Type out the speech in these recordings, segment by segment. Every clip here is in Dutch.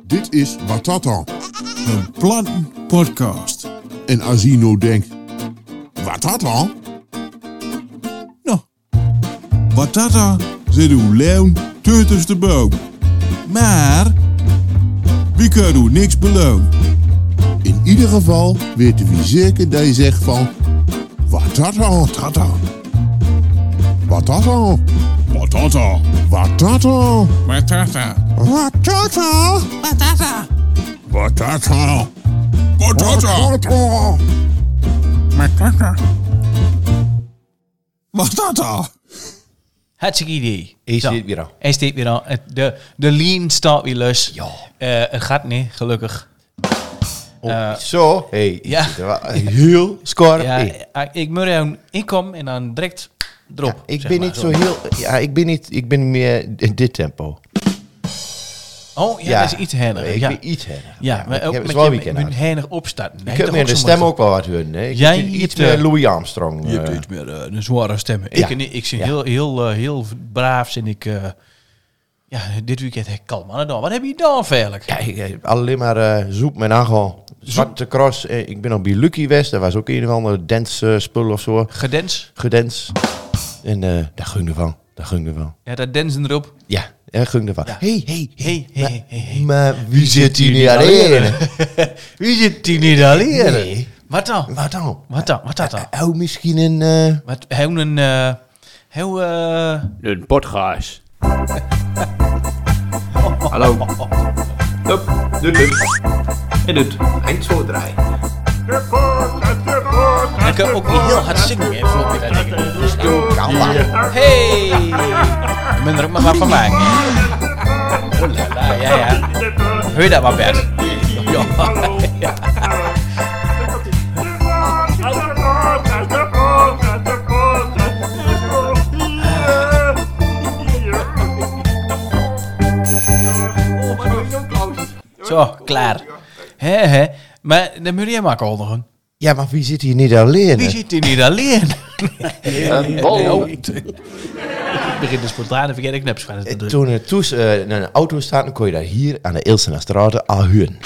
Dit is Watata. Een plantenpodcast. En als je nou denkt, Watata? Nou, Watata zit uw leeuw tussen de boom. Maar, wie kan u niks beloven? In ieder geval weten we zeker dat je zegt van, Watata. Watata. Watata. Watata. Watata. Watata. Watata. Watata. Watata. Watata. Watata. Watata. Watata. Hartstikke idee. Hij Zo. zit weer aan. Hij staat weer aan. De lien staat weer los. Ja. Het gaat niet, gelukkig. Zo. Hey, ja. zit er wel heel scherp Ja, in. ik moet gewoon inkomen en dan direct erop. Ik zeg ben maar, niet zo heel... Ja, ik ben meer in dit tempo. Oh, ja, dat is iets handiger. Ik Ja, ben iets henniger. ja, maar ik ook heb met zwaar je weekend moet aan. handig opstarten. Je kunt me in de stem ook wel wat horen. Hè? Jij Iets hebt, meer Louis Armstrong. Je hebt iets meer een zware stem. Ja. Ik zing Ja. heel braaf. En ik... ja, dit weekend heb ik kalm aan het doen. Wat heb je dan verder? Ja, ik heb alleen maar zoep met nagel. Zwarte cross. Ik ben op bij Lucky West. Dat was ook een of andere dance spul of zo. Gedens. En daar ging ervan. Ja, dat dansen erop. Ja, daar ging ervan. Ja. Hey. Hey. Maar wie zit hier niet alleen? Wie zit hier niet alleen? Nee. Wat dan? Wat dan? Wat dat dan? Hou misschien een... Wat, heel een... heel... Een podcast. Hallo. Hup, doet. En doet. Eind zo draaien. Ik kan ook niet heel hard zingen, hè, voor ik dat ding. Hey! Ik ben er ook maar wat van maken. Oh la la, ja. Hoor je dat maar, Bert? Ja. Zo, klaar. Hè. Maar dan moet jij maar kondigen. Ja, maar wie zit hier niet alleen? Wie zit hier niet alleen? Een bol. Ik begin de spontane verkeerde knapschaden te doen. Toen er toes naar een auto staat, dan kon je daar hier aan de Ilsenastraat aan huren.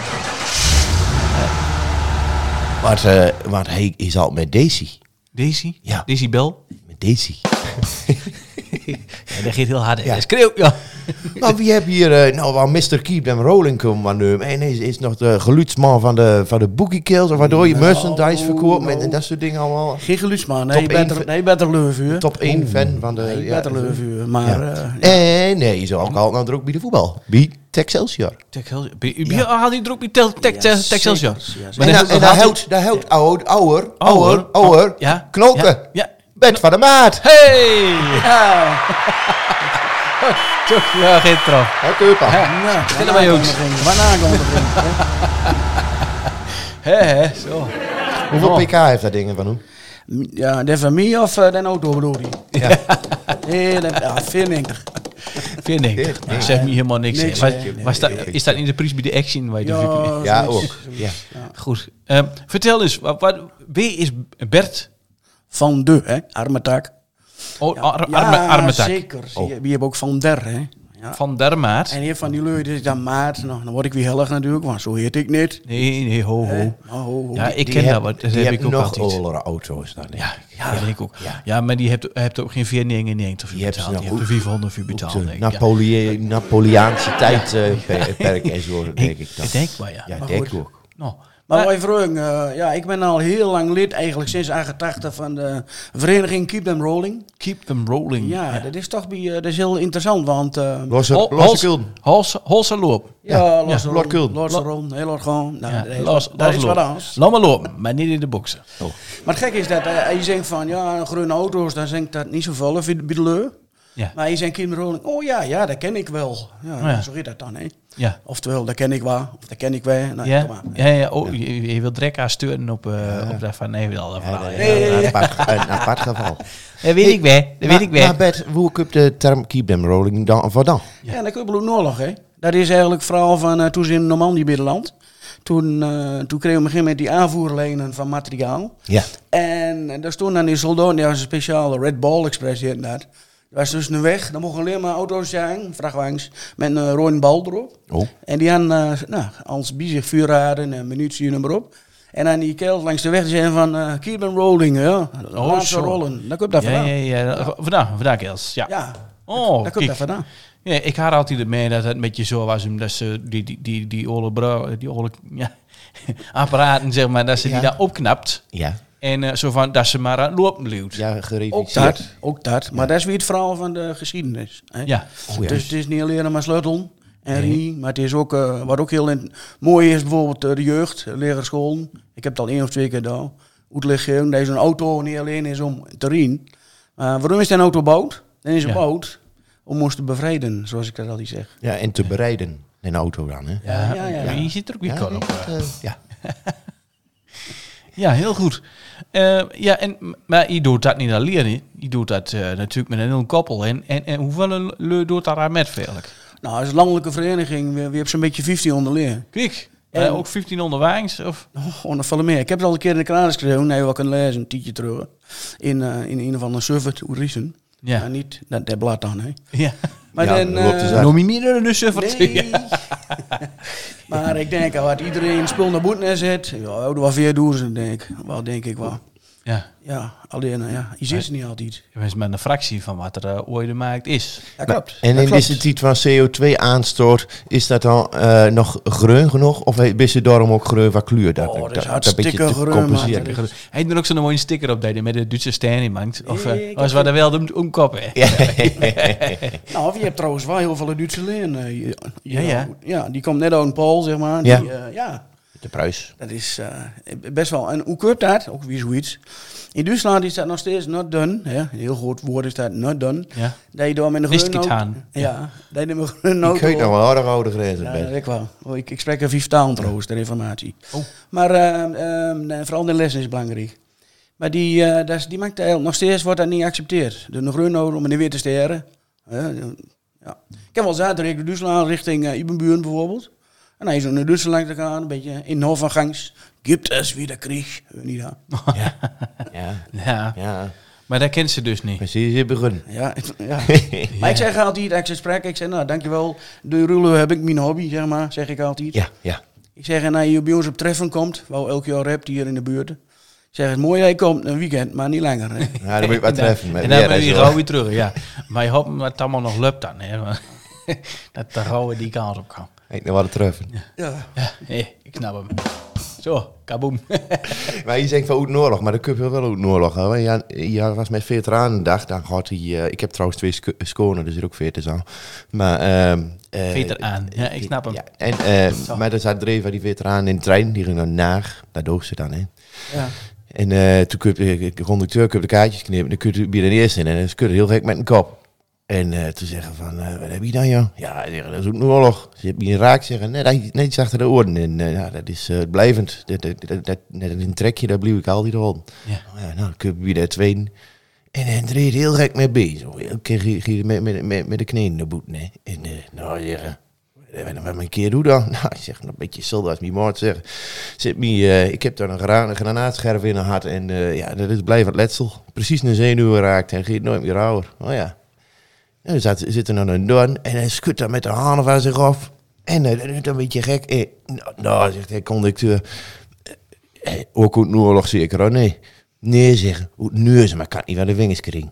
Want hij is al met Daisy. Daisy? Ja. Daisy Bel? Met Daisy. Ja, dat gaat heel hard. Ja. Ja. Schreeuw, ja. Maar wie heb hier waar Mr. Keep Them Rolling komen? En hij is nog de geluidsman van de Boogie Kills. Of waardoor je merchandise verkoopt en dat soort dingen allemaal. Geen geluidsman, Top één nee, beter Leuven. Top 1 fan van de... Nee, ja, beter Leuven, maar... Ja. En nee, je zou ook al nou ook bij de voetbal. Bij Excelsior. Had hij er ook niet Texcelsior? En daar houdt ouder Ja. knoken. Ja. Bed van de maat. Hey! Toch, ja, geen trouw. Hè, Keupa. Stil maar, jongens. Waarna komt het? Hè, zo. Hoeveel pk heeft dat ding van hem? Ja, de van mij of de auto bedoel je? Ja. Nee, ja, 94. 94. Dat zegt me helemaal niks. Niks, Hè. nee. Is dat in de prijs bij de Action? Waar je de Ja, zoiets. ook. Ja. Goed. Vertel eens, wie is Bert? Van de, hè, arme tak. Oh, arme tak. Zeker. Wie hebben ook Van der, hè. Ja. Van der Maat. En hier van die lui, dus dan maat, nou, dan word ik weer hellig natuurlijk, want zo heet ik niet. Nee, ho. Oh, Ja, ik ken dat wat. Dat Die heb ik ook nog altijd. oudere auto's dan. Ja, dat denk ik ook. Ja, maar die hebt ook geen 499 Die hebben ze betaald. Die nog hebt er 400 voor betaald, denk ik. Napoleaanse tijdperk en zo, denk ik dan. Ik denk wel, ja. Ja, Maar denk goed. ik ook. Nou, Maar wij vroegen, ja, ik ben al heel lang lid, eigenlijk sinds 88 van de vereniging Keep Them Rolling. keep them rolling. Ja, dat is toch dat is heel interessant, want... Losse kulden. Hals en loop. ja, los Lord Kulden. Los rond, heel erg gewoon. Nou, Ja, dat is wat anders. Laat maar lopen, maar niet in de boksen. Maar het gek is dat je zegt van, ja, groene auto's, dan zingt dat niet zoveel, of bij de leur. Ja. Maar je zegt Keep Them Rolling, oh ja, dat ken ik wel. Ja, zo gaat dat dan, hè. Ja. Oftewel, dat ken ik wel, of dat ken ik wel. Nou, Ja, kom maar. ja. Oh, je wilt direct aan steunen op dat van nee, wel. Een apart geval. Dat weet ik wel. Dat weet ik wel. Maar Bert, hoe kun je de term keep them rolling dan voor dan? Ja, dat kun je bedoelen oorlog, hè. Dat is eigenlijk vooral van toen ze in Normandië binnenland. Toen kregen we een begin met die aanvoerlijnen van materiaal. Ja. En daar stonden dan die soldaten, die hadden een speciale Red Ball Express, heette dat. Er was dus een weg, daar mochten alleen maar auto's zijn, vrachtwagens, met een rode bal erop. Oh. En die hadden als bij zich vuurraden en munitie en maar op. En dan die kerels langs de weg die zeiden van, keep them rolling, ja. Laat ze zo. rollen. Daar komt dat vandaan. Ja. Vandaag Els. Ja. Ja, Oh, daar komt kijk. dat vandaan. Ja, ik had altijd mee dat het een beetje zo was, omdat ze die oude apparaten, zeg maar, dat ze die daar opknapt. Ja, En zo van, dat ze maar aan het lopen blijft. ja gereviseerd. Ook dat. Maar dat is weer het verhaal van de geschiedenis. Hè? Ja. Oh, ja. Dus het is niet alleen maar sleutel en rie, maar het is ook, wat ook heel mooi is, bijvoorbeeld de jeugd, legerscholen. Ik heb het al 1 of 2 keer gedaan. Uitleggen, dat is een auto niet alleen is om te rien. Waarom is een auto gebouwd? Dan is het gebouwd om ons te bevrijden, zoals ik dat altijd zeg. Ja, en te bereiden. Een auto dan, hè? Ja. Je ziet er ook weer Ja, kort op. ja. Ja, heel goed. Maar je doet dat niet alleen, hè? Je doet dat natuurlijk met een heel koppel. En hoeveel lui doet daar aan met eigenlijk? Nou, als landelijke vereniging, we hebben zo'n beetje 15 onderleer. Kijk, En- ook 1500 wagens? Of? Oh, dat vallen meer. Ik heb het al een keer in de kraan geschreven, nee, wat kunnen lezen, een tientje terug. In een of andere server, Oerissen. Ja. Maar niet dat blad dan, hè. Ja. Maar Ja, dan... dat loopt dus uit. Nomineren dus even. Nee. Maar ik denk, als iedereen spul naar boeten zet, ja, dat was 4000, denk ik. Wel, denk ik wel. Ja. Ja, alleen, je ziet ze niet altijd. Dat is maar een fractie van wat er ooit de markt is. Ja, klopt. En Dat in klopt. deze tijd van CO2-aanstoot, is dat dan nog groen genoeg? Of is het daarom ook groen van kleur? Dat is een beetje hartstikke te groen, compenseren. man. Hij heeft er ook zo'n mooie sticker op dat hij met de Duitse steen in maakt. Of Nee, ik was heb wat er wel de omkoppen. Nou, je hebt trouwens wel heel veel Duitse leen. Ja. Ja, die komt net uit Pool, zeg maar. Ja. Die, ja, De prijs. dat is best wel... En hoe komt dat? Ook weer zoiets. In Duitsland is dat nog steeds not done. Hè? Een heel groot woord is dat, not done. Ja. Dat je door met een Is groene auto... gedaan. Ja, dat je met een groene auto... Ik weet nog wel harder oude grenzen. Ja, bent. dat weet ik wel. Oh, ik spreek er 5 talen trouwens, de informatie. Oh. Maar vooral de les is belangrijk. Maar die maakt eigenlijk nog steeds wordt dat niet geaccepteerd. De nog nodig om in de weer te steren. Ja. Ik heb wel zaterdag de Duitsland richting Ibenburen bijvoorbeeld. En dan is zo naar Duitsland te gaan, een beetje in overgangs. Gibt es wieder Krieg? Niet aan. Ja, Ja. Maar dat kent ze dus niet. precies, je begint. Ja. Maar ik zeg altijd, als ik spreek, ik zeg, nou dankjewel. De rulo heb ik mijn hobby, zeg maar, zeg ik altijd. Ja. Ik zeg, en als je bij ons op treffen komt, wat we elk jaar hebt hier in de buurt. Ik zeg, het mooie, hij komt een weekend, maar niet langer. Hè. Ja, dan moet je wat treffen. Met En dan weer ben je en zo. gauw weer terug, ja. Maar je hoopt dat het allemaal nog lukt dan, hè. Dat de gauw die kant op kan. Ik nog wat treffen. Ja. Ja, ik snap hem. Zo, kaboom. Maar je zegt van uit oorlog, maar dat kun je wel uit oorlog. Hè? Ja, was met veteranendag, dan gaat hij... ik heb trouwens 2 skonen, dus er ook 40 aan. Maar... Veter aan, ja, ik snap hem. Ja, en, maar er zaten 3 van die veteranen in de trein, die gingen naar, daar doog ze dan, hè. Ja. En toen kun je de conducteur kun je de kaartjes knippen, dan kun je bij de eerste in en dan kun je heel gek met een kop. En toen zeggen van, wat heb je dan, joh? Ja, zeggen, dat is ook een oorlog. Ze hebben je raak zeggen, nee, iets achter de oren. En ja, dat is blijvend. Dat een trekje, daar blijf ik altijd rond. Ja. Ja, nou, dan kun je bij de tweede. En hij dreed heel gek mee bezig. Elke keer ging je met de knieën naar boeten. Hè. En nou zeggen, wat een keer doe dan? Nou, ik zeg, een beetje zilder als mijn moord zeggen. Ik heb daar een granaatscherf in een hart en ja, dat is blijvend letsel. Precies een zenuw geraakt en gaat nooit meer ouder. Oh ja. En dan zit er dan een doorn en hij schudt daar met de hanen van zich af. En dat is een beetje gek. Nou, zegt de conducteur, ook uit de oorlog zeker, oh nee. Nee, zeg, uit neuzen, maar ik kan niet van de vingers krijgen.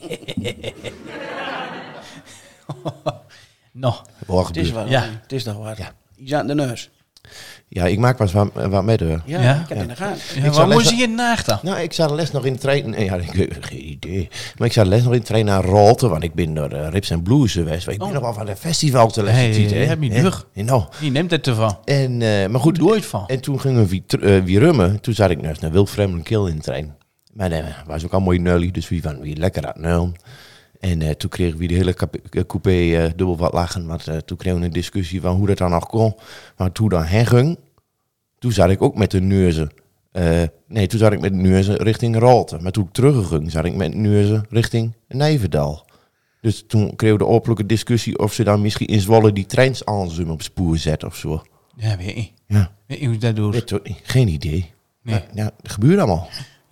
Nou, Het is wel, Ja. het is nog waar. Ja. Je zat in de neus. Ja, ik maak wat met haar. Ja, Ja? ik heb in de gaten. ja, zou waar les- moet je hier nacht dan? Nou, ik zat de les nog in de trein. Ja, ik heb geen idee. Maar ik zat de les nog in de trein naar Rolte, want ik ben door Rips en Blues geweest. Ik ben nog wel van de festivals te lessen. Hey, heb je terug? Nou, Je neemt het ervan. en, maar goed. Nooit van. En toen gingen we weer rummen. Toen zat ik naast een wild vreemde kil in de trein. Maar dat was ook al mooi nullie, dus wie van wie lekker aan het nullen. En toen kregen we de hele coupé dubbel wat lachen. Want toen kregen we een discussie van hoe dat dan nog kon. Maar toen dan heen ging, toen zat ik ook met de neuzen. Toen zat ik met de neuzen richting Rolte. Maar toen ik terugging, zat ik met de neuzen richting Nijverdal. Dus toen kregen we de openlijke discussie of ze dan misschien in Zwolle die treins aanzum op spoor zetten of zo. Ja, weet je. Ja, Weet je hoe dat doet? weet ook niet. Geen idee. Nee. Maar, ja, dat gebeurt allemaal. Ja,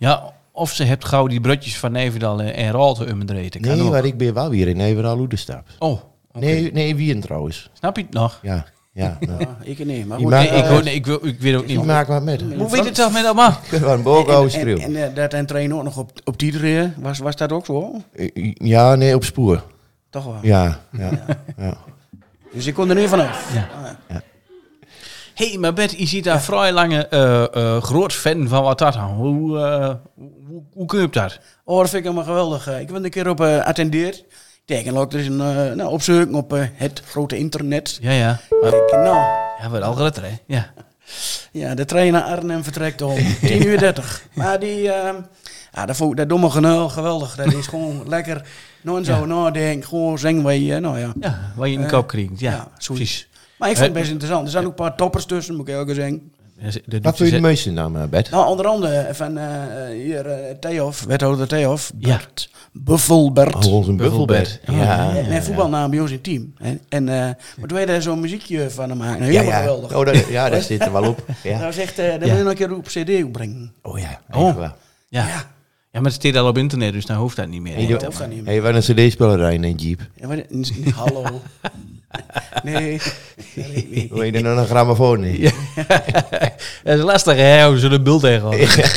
Of ze hebt gauw die brutjes van Neverdal en Raalte om het eten. Nee, maar ik ben wel weer in Everal Oedenstap. Oh, oké. Nee, Wien trouwens. Snap je het nog? Ja. Nou. Ja, ik niet. Maar Die goed, maakt- Ik weet ook Die niet. maak wat met. Hoe weet het zelf met allemaal? Ik wil een booghouden schreeuw. en dat en trainen ook nog op die reden. Was dat ook zo? Ja, nee, op spoor. Toch wel. Ja. Dus ik kon er niet vanaf. Ja. Hé, maar Bert, je ziet daar vrij lange groot fan van wat dat aan. Hoe kun je op dat? Oh, dat vind ik helemaal geweldig. Ik ben een keer op attendeerd. Teken ook, er is een opzoeken op het grote internet. Ja. Ik, nou, Ja, wat al gelet, hè? Ja. ja, de trein naar Arnhem vertrekt om 10:30. Maar die, dat domme genul, geweldig. Dat is gewoon lekker. Nou zo nadenken, gewoon zingen wij, nou ja. Ja, waar je in de kop krijgt. Ja, precies. Maar ik vond het best interessant. Er zijn ook een paar toppers tussen, moet ik ook zeggen. Wat vind je de meeste naam, Bert? Nou, onder andere van hier Theof, wethouder Theof, Bert. Buffelbert. Oh, onze Buffelbert. Ja. En voetbalnaam bij ons in het team. En maar toen wij daar zo'n muziekje van hem maken. Helemaal geweldig. Oh, daar zit er wel op. Ja. Nou zegt, dat wil je nog een keer op CD opbrengen. Oh ja, Oh. echt wel. Ja, maar het staat al op internet, dus dan hoeft dat niet meer. Hey, Dat hoeft dat niet meer. Hey, wat een cd-spelerij in een jeep. Ja, maar, hallo. Nee. Wil je er nog een grammofoon in? Ja. Dat is lastig, hè? Hoe zullen beeld tegen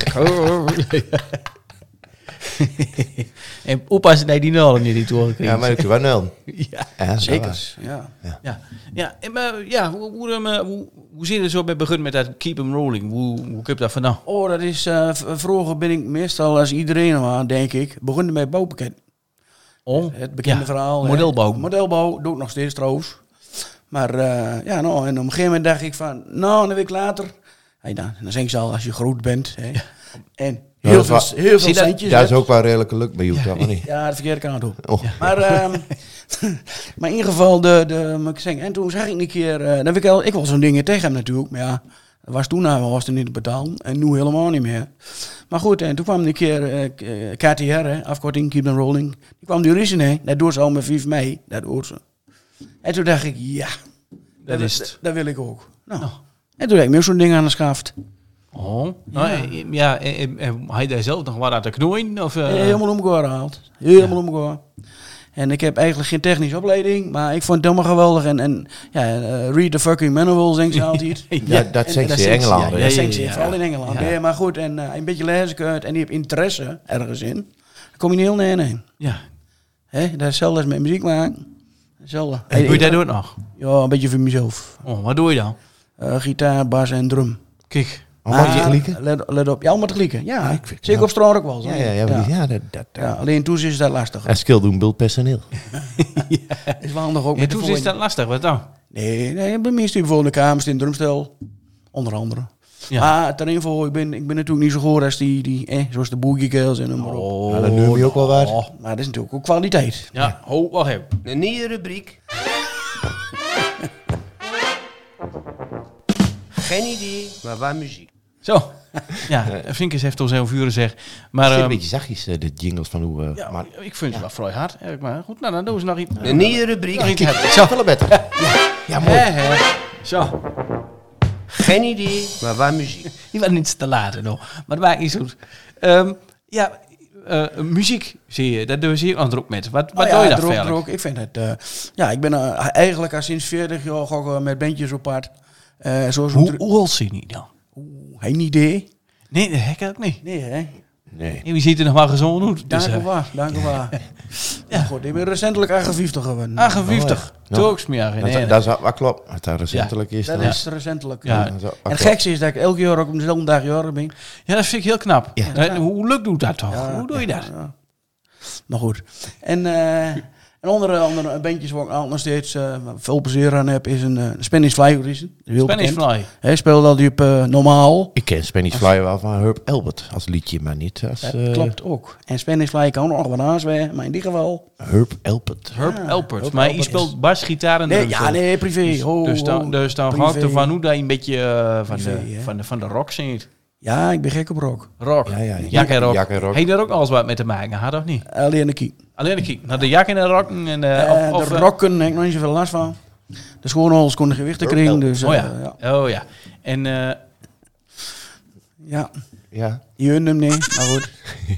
En oppassen dat je die nul niet die toren krijgt. Ja, maar ik wel nul. Ja, Zeker. Ja. Hoe zit het zo bij begin met dat keep 'em rolling? Hoe kun je dat van nou? Oh, dat is... vroeger ben ik meestal als iedereen aan, denk ik, begonnen met bouwpakket. Oh, Het bekende verhaal. Modelbouw. Modelbouw, doe ik nog steeds trouwens. Maar en op een gegeven moment dacht ik van, nou, een week later... Hey, dan zeg ik ze al, als je groot bent. Hè, en heel veel centjes. Dat is ook wel redelijk geluk bij jou, toch? Of niet? Ja, de verkeerde kant op. Oh. Maar, maar in ieder geval, moet ik zeggen, en toen zag ik een keer... ik wil zo'n dingen tegen hem natuurlijk, maar ja... Dat was toen was er niet te betalen. En nu helemaal niet meer. Maar goed, en toen kwam een keer KTR, hè, afkorting Keep Them Rolling. Die kwam die risen, hè. Dat doet ze al met 5 mei. Dat doet ze. En toen dacht ik, ja. Dat is het. Dat wil ik ook. Nou. En toen heb ik me ook zo'n ding aan de schaft. Oh, ja. Had je daar zelf nog wat aan te knoeien? Of, Helemaal omgehaald gehaald. Helemaal omgehaald. En ik heb eigenlijk geen technische opleiding, maar ik vond het helemaal geweldig. En read the fucking manual, zegt ze altijd. Ja, dat zegt ze in Engeland. Ja, dat zegt ze vooral in Engeland. Ja. Maar goed, en een beetje lezen kunt en die heeft interesse ergens in. Dan kom je niet heel neer heen. Ja. Dat is hetzelfde als met muziek maken. Hetzelfde. En doe je dat ook nog? Ja, een beetje voor mezelf. Oh, wat doe je dan? Gitaar, bas en drum. Kijk. Mag je klikken? Let op. Ja, allemaal te klikken. Ja, ik vind- zeker op straat ook wel. Zo. Ja, Alleen toen is dat lastig. en skill doen beeldpersoneel. Is wel handig ook Ja, met de toen is dat lastig, wat dan? Nee, bij mij is die bijvoorbeeld de kamers in drumstel. Onder andere. Ja. Maar ter info, ik ben natuurlijk niet zo goed als zoals de Boogie Girls en noem maar op. Oh, Nou, dat noem je ook wel waar. Maar dat is natuurlijk ook kwaliteit. Ja, wacht even. Een nieuwe rubriek. Geen idee, maar waar muziek. Zo. Ja, Vinkers heeft ons heel vuren zeg. Maar Het is een beetje zachtjes, de jingles van hoe... ja, maar ik vind het wel vrij hard. Eigenlijk, maar goed, nou dan doen ze nog iets. een nieuwe rubriek. Nog iets harder. Zo, veel beter. Ja, mooi. Zo. Geen idee, maar waar muziek. Die was niet te laat nog. Maar dat maakt niet zo. Muziek zie je. Dat doe je ook met. Wat doe je daar verder? Ik vind het... ik ben eigenlijk al sinds 40 jaar ook met bandjes op pad. Hoe oud zie je dan? Geen idee. Nee, dat heb ik ook niet. Nee, hè? Nee. Wie ziet er nog wel gezond uit? Dus, Dank u wel. Ja, goed. Ik ben recentelijk 58 geworden. 58. Ja. Tooksmeer. Dat is wat klopt. Wat daar recentelijk is. Dat dan is recentelijk. Ja. En het gekste is dat ik elke jaar ook op dezelfde dag jarig ben. Ja, dat vind ik heel knap. Ja. Hoe lukt doet dat toch? Ja, Hoe doe je dat? Ja. Maar goed. En andere bandjes waar ik altijd nog steeds veel plezier aan heb, is een Spanish Fly Horizon. Spanish Fly. Hij speelde al die op normaal. Ik ken Spanish Fly wel van Herb Albert als liedje, maar niet als... Dat klopt ook. En Spanish Fly kan ook nog wat aanzwaaien, maar in dit geval... Herb Albert. Herb Ja, Alpert. Herb Maar je Alpert speelt bas, gitaar en drums. Nee, privé. Dus dan privé. gaat er van hoe dat je een beetje Privé, van de rock zingt. Ja, ik ben gek op rock. Rock. Ja. Jak en rock. Jak en rock. Heb je daar ook alles wat mee te maken? Had of niet? Alleen de kie. Alleen de naar de jak en de rocken. En, De rocken heb ik nog niet zoveel last van. Dus gewoon alles kon de gewichten kringen. Dus, oh ja. En ja. Ja. Je hunt hem niet, maar goed.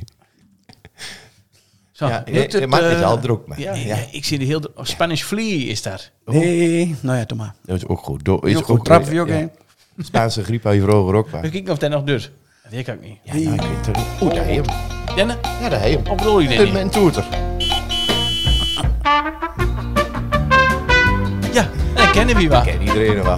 Zo, Ja, lukt het, maar het is al druk. Maar. Ja, Ja. ik zie de hele... Spanish Flea is daar. Nee, nou ja, doe maar. Dat is ook goed. Is ook goed. Trappen we ook heen. Spaanse griep had je vroeger ook. Even kijken of dat nog doet. Dat weet ik ook niet. Ja, nou, ik weet het. Oeh, daar heb je hem. Denne? Ja, daar heb je hem. Of bedoel je dit Met niet? een toeter. Ja, dat kennen we wel. Kent iedereen wel.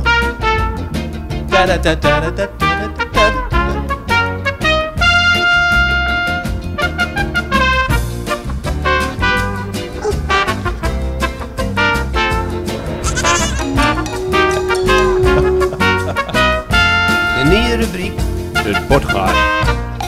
De nieuwe rubriek. De podcast.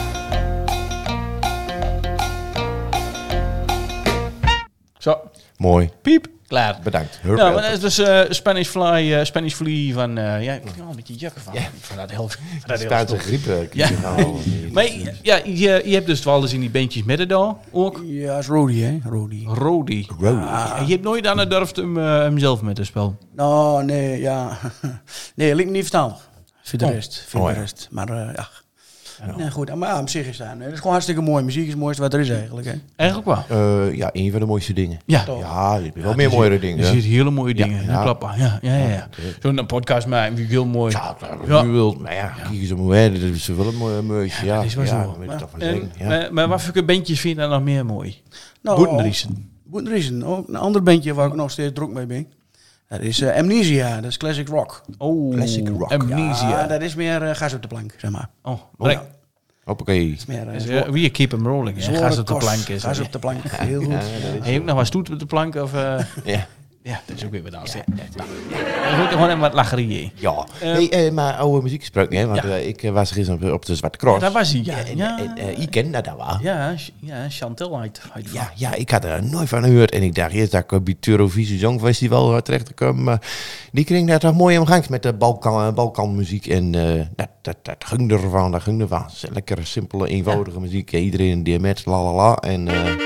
Zo, Mooi. piep, klaar. Bedankt. Nou, maar dat is dus Spanish Flea van... ja, ik heb wel een beetje jakken van. Ja. Van dat heel Spaanse griep. Ja. Maar ja, je hebt dus wel eens in die bandjes met het al ook. Ja, is Rody, hè? Rody. Rody. En je hebt nooit aan het durft hem zelf met te spelen. Nou, nee, ja. Nee, lijkt me niet verstandig. Voor de rest. Voor Oh, de ja. rest. Maar ja. Nee, goed. Maar op zich is dat. Het is gewoon hartstikke mooi. Muziek is het mooiste wat er is eigenlijk, hè? Eigenlijk wel. Ja, een van de mooiste dingen. Ja. Ja, je hebt wel meer mooiere dingen. Er hè? zitten hele mooie dingen. Ja. Ja, klopt. Ja. Zo'n podcast maken vind ik heel mooi. Ja, Ja. u wilt. Maar ja, kijk eens om hoe hè, dat is wel een mooie meisje. Ja, dat is wel zo. dat moet je toch wel En, zeggen. Ja. maar wat voor bandjes vind je dan nog meer mooi? Nou, Boetenriesen. Boetenriesen. Ook een ander bandje waar ik nog steeds druk mee ben. Dat is Amnesia. Dat is classic rock. Oh, Classic rock. Amnesia. Ja, dat is meer gas op de plank, zeg maar. Oh, breng. Hoppakee. Dat is meer We keep them rolling. Hè? zware Gas op de kost. plank is. Gas op de plank. Heel goed. Heb je ook nog wat stoet op de plank? Of, Ja. ja, dat is ook weer wat anders. We moeten gewoon even wat lacherie. Ja. Hey, maar oude muziek gesproken, hè? Want ik was gisteren op de Zwarte Cross. Daar was hij. Ja, Ik ken dat wel. ja, Chantal uit. Ja, ik had er nooit van gehoord. En ik dacht eerst dat ik op het Eurovisie Songfestival terecht te komen. Maar die kreeg daar toch mooi omgangs met de Balkanmuziek. En dat ging ervan, dat ging ervan. Lekker simpele, eenvoudige muziek. Iedereen die met la. En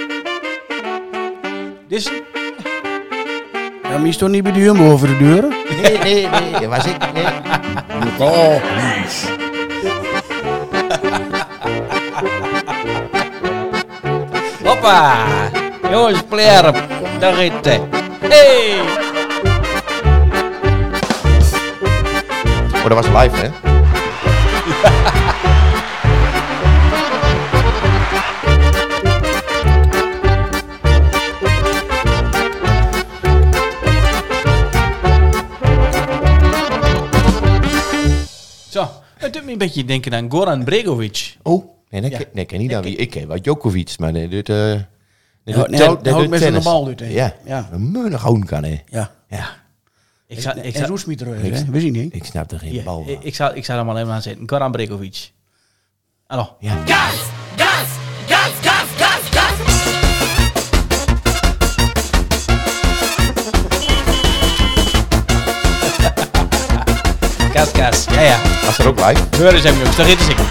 Dus, Ja, maar je stond niet bij de Jumbo over de deuren. nee, dat was ik. Nee. hoppa! Jongens, pleren. Daar rit hij. Hey! Oh, dat was live, hè? Zo, het doet me een beetje denken aan Goran Bregovic. Oh, nee, ken niet dan wie. Ik ken wat Djokovic, maar nee, dit... houdt met zo'n bal uit, hè? Ja, Ja. een meunig houden kan, hè. Ja. En Roesmiet er hè? Wist je niet? Ik snap er geen bal van. Ik zou er maar even aan zitten. Goran Bregovic. Hallo. Ja. Gas. Ja. Was er ook live? Heur eens hem, jongens. Daar rit ik.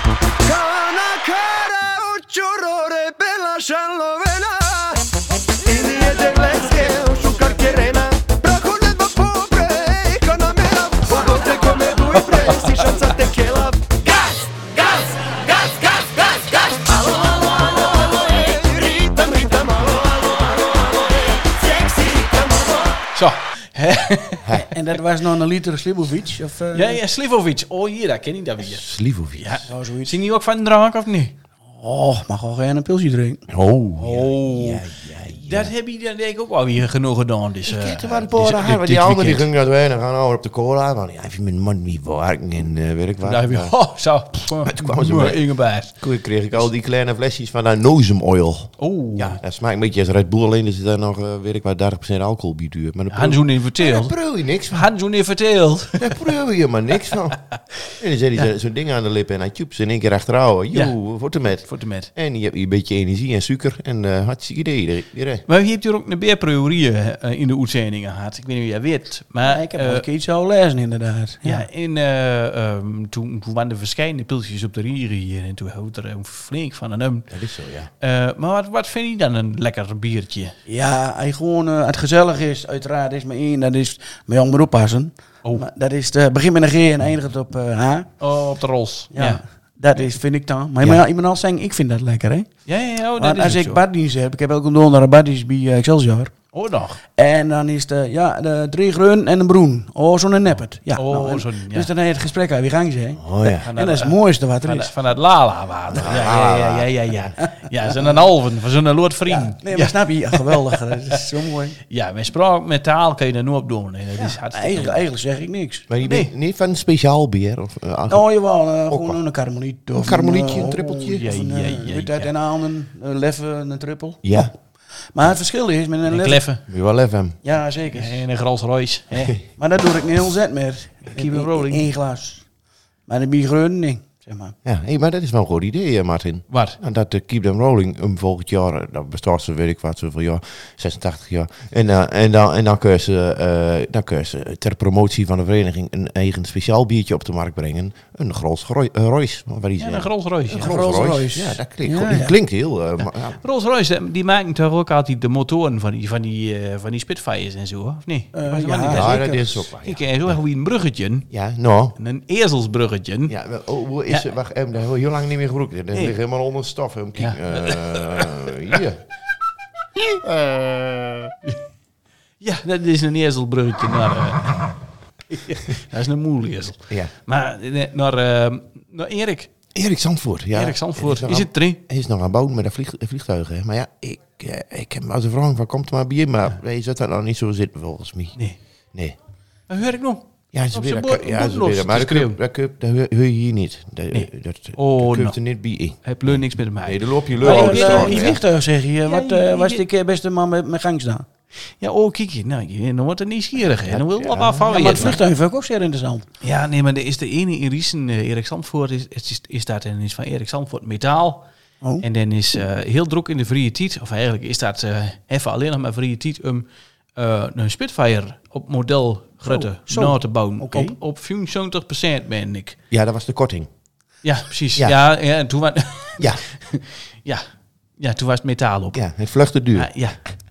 Zo. En dat was nog een liter Slibovic? Of, Ja, Slivovic. Oh, hier, daar ken ik dat weer. Slivovic. Ja. Oh, zoiets. Zie je ook van de drank of niet? Oh, mag wel geen een pilsje drinken. Oh. Ja. Dat heb je dan denk ik ook wel weer genoeg gedaan. Dus, Ik heb er wel een paar dagen, maar die anderen die gingen dat weinig gaan over op de cola. Want ja, ik vind mijn man niet werken en werk Daar heb je, zo. toen kwamen ze mee. Ingebaard. Toen kreeg ik al die kleine flesjes van dat nozemoil. Oh. Ja, dat smaakt een beetje als Red Bull, alleen er zit daar nog, weet ik wat, 30% alcohol bij duur. Maar Hanzoen niet daar verteeld. proef je niks van. Hanzoen niet verteeld. Daar proef je maar niks van. En dan zet hij zo'n ding aan de lippen en hij tjoept ze in één keer achterhouden. Joe, wordt er met. Voor de met. En je hebt een beetje energie en suiker en hartstikke idee. Maar je hebt hier ook een beerpriorie in de uitzendingen gehad. Ik weet niet of jij weet. Maar Ik heb wel een keer iets al lezen, inderdaad. toen waren er verschillende pilsjes op de rier hier. En toen houdt er een flink van een Dat is zo, ja. maar wat vind je dan een lekker biertje? Ja, hij gewoon het gezellig is, uiteraard is maar één, dat is met jou maar oppassen. Oh. Maar dat is begin met een G en eindigt op H. Oh, op de rols. Ja. Dat is, vind ik dan. Maar ik moet al zeggen, ik vind dat lekker, hè. Ja, Want als ik baddienst heb, ik heb elke donderdag baddienst bij Excelsior. Oh, nog. En dan is de 3 groen en een broen. Oh, zo'n neppert. Ja, Dus dan heb je het gesprek uit wie gang ze. Oh ja. En dat is het mooiste wat er is. Van het Lala-water. Ja. Ja, zo'n alven, van zo'n lood vriend. Nee, maar snap je? Ja, geweldig. Dat is zo mooi. Ja, met spraak, met taal kun je er nu op doen. Nee, dat is hartstikke Eigenlijk zeg ik niks. Maar je bent niet van een speciaal bier? Of, Oh, jawel. Gewoon een karmeliet. Een karmelietje, een trippeltje? Ja. En aan een leffe, een trippel. Ja. Maar het verschil is met een Kleffen. Moet je wel even hem. Ja, zeker. En een Rolls Royce. Maar dat doe ik niet heel zet meer. Keep it rolling. 1 glas. Maar de biergroen, nee. Zeg maar. Ja, maar dat is wel een goed idee, Martin. Wat? En dat Keep Them Rolling volgend jaar, dat bestaat ze, weet ik wat, zoveel jaar, 86 jaar. En dan kun je ze ter promotie van de vereniging een eigen speciaal biertje op de markt brengen. Een Rolls Royce. Een Rolls Royce. Een Rolls Royce. Ja, dat klinkt heel... Rolls Royce, die maken toch ook altijd de motoren van die Spitfires en zo, of niet? Ja, dat is ook waar. Ik ken zo wie een bruggetje. Ja, nou. Een ezelsbruggetje. Ja, hoe is het? Wacht, dat hebben we heel lang niet meer gebruikt. Dat ligt helemaal onder stof. Hier. Ja, dat is een ezelbruggetje naar... dat is een moelezel. Ja. Maar naar Erik. Erik Zandvoort. Ja. Erik Zandvoort. Is het 3? Hij is nog aan het bouwen met de vliegtuigen. Hè. Maar ja, ik heb als een vraag van komt er maar bij. Maar hij zit dat nog niet zo zitten volgens mij. Nee. Dat hoor ik nog. Ja, ze willen. Maar dat hoor je hier niet. Dat komt er niet bij in. Heb je niks met mij. Nee, dan loop je Die vliegtuig zeg je. Wat was de beste man met gang staan? Ja, kijk je. Nou, dan wordt het nieuwsgierig. En dan wil wat af van maar het vliegtuig vind ik ook zeer interessant. Ja, nee, maar er is de ene in Riesen, Erik Zandvoort, is dat en is van Erik Zandvoort metaal. Oh. En dan is heel druk in de vrije tijd, of eigenlijk is dat even alleen nog maar vrije tijd om een Spitfire op model Grutte na te bouwen. Okay. Op 75% ben ik. Ja, dat was de korting. Ja, precies. Ja, en toen was ja, toen was het metaal op. Ja, het vluchtte duur. Ja.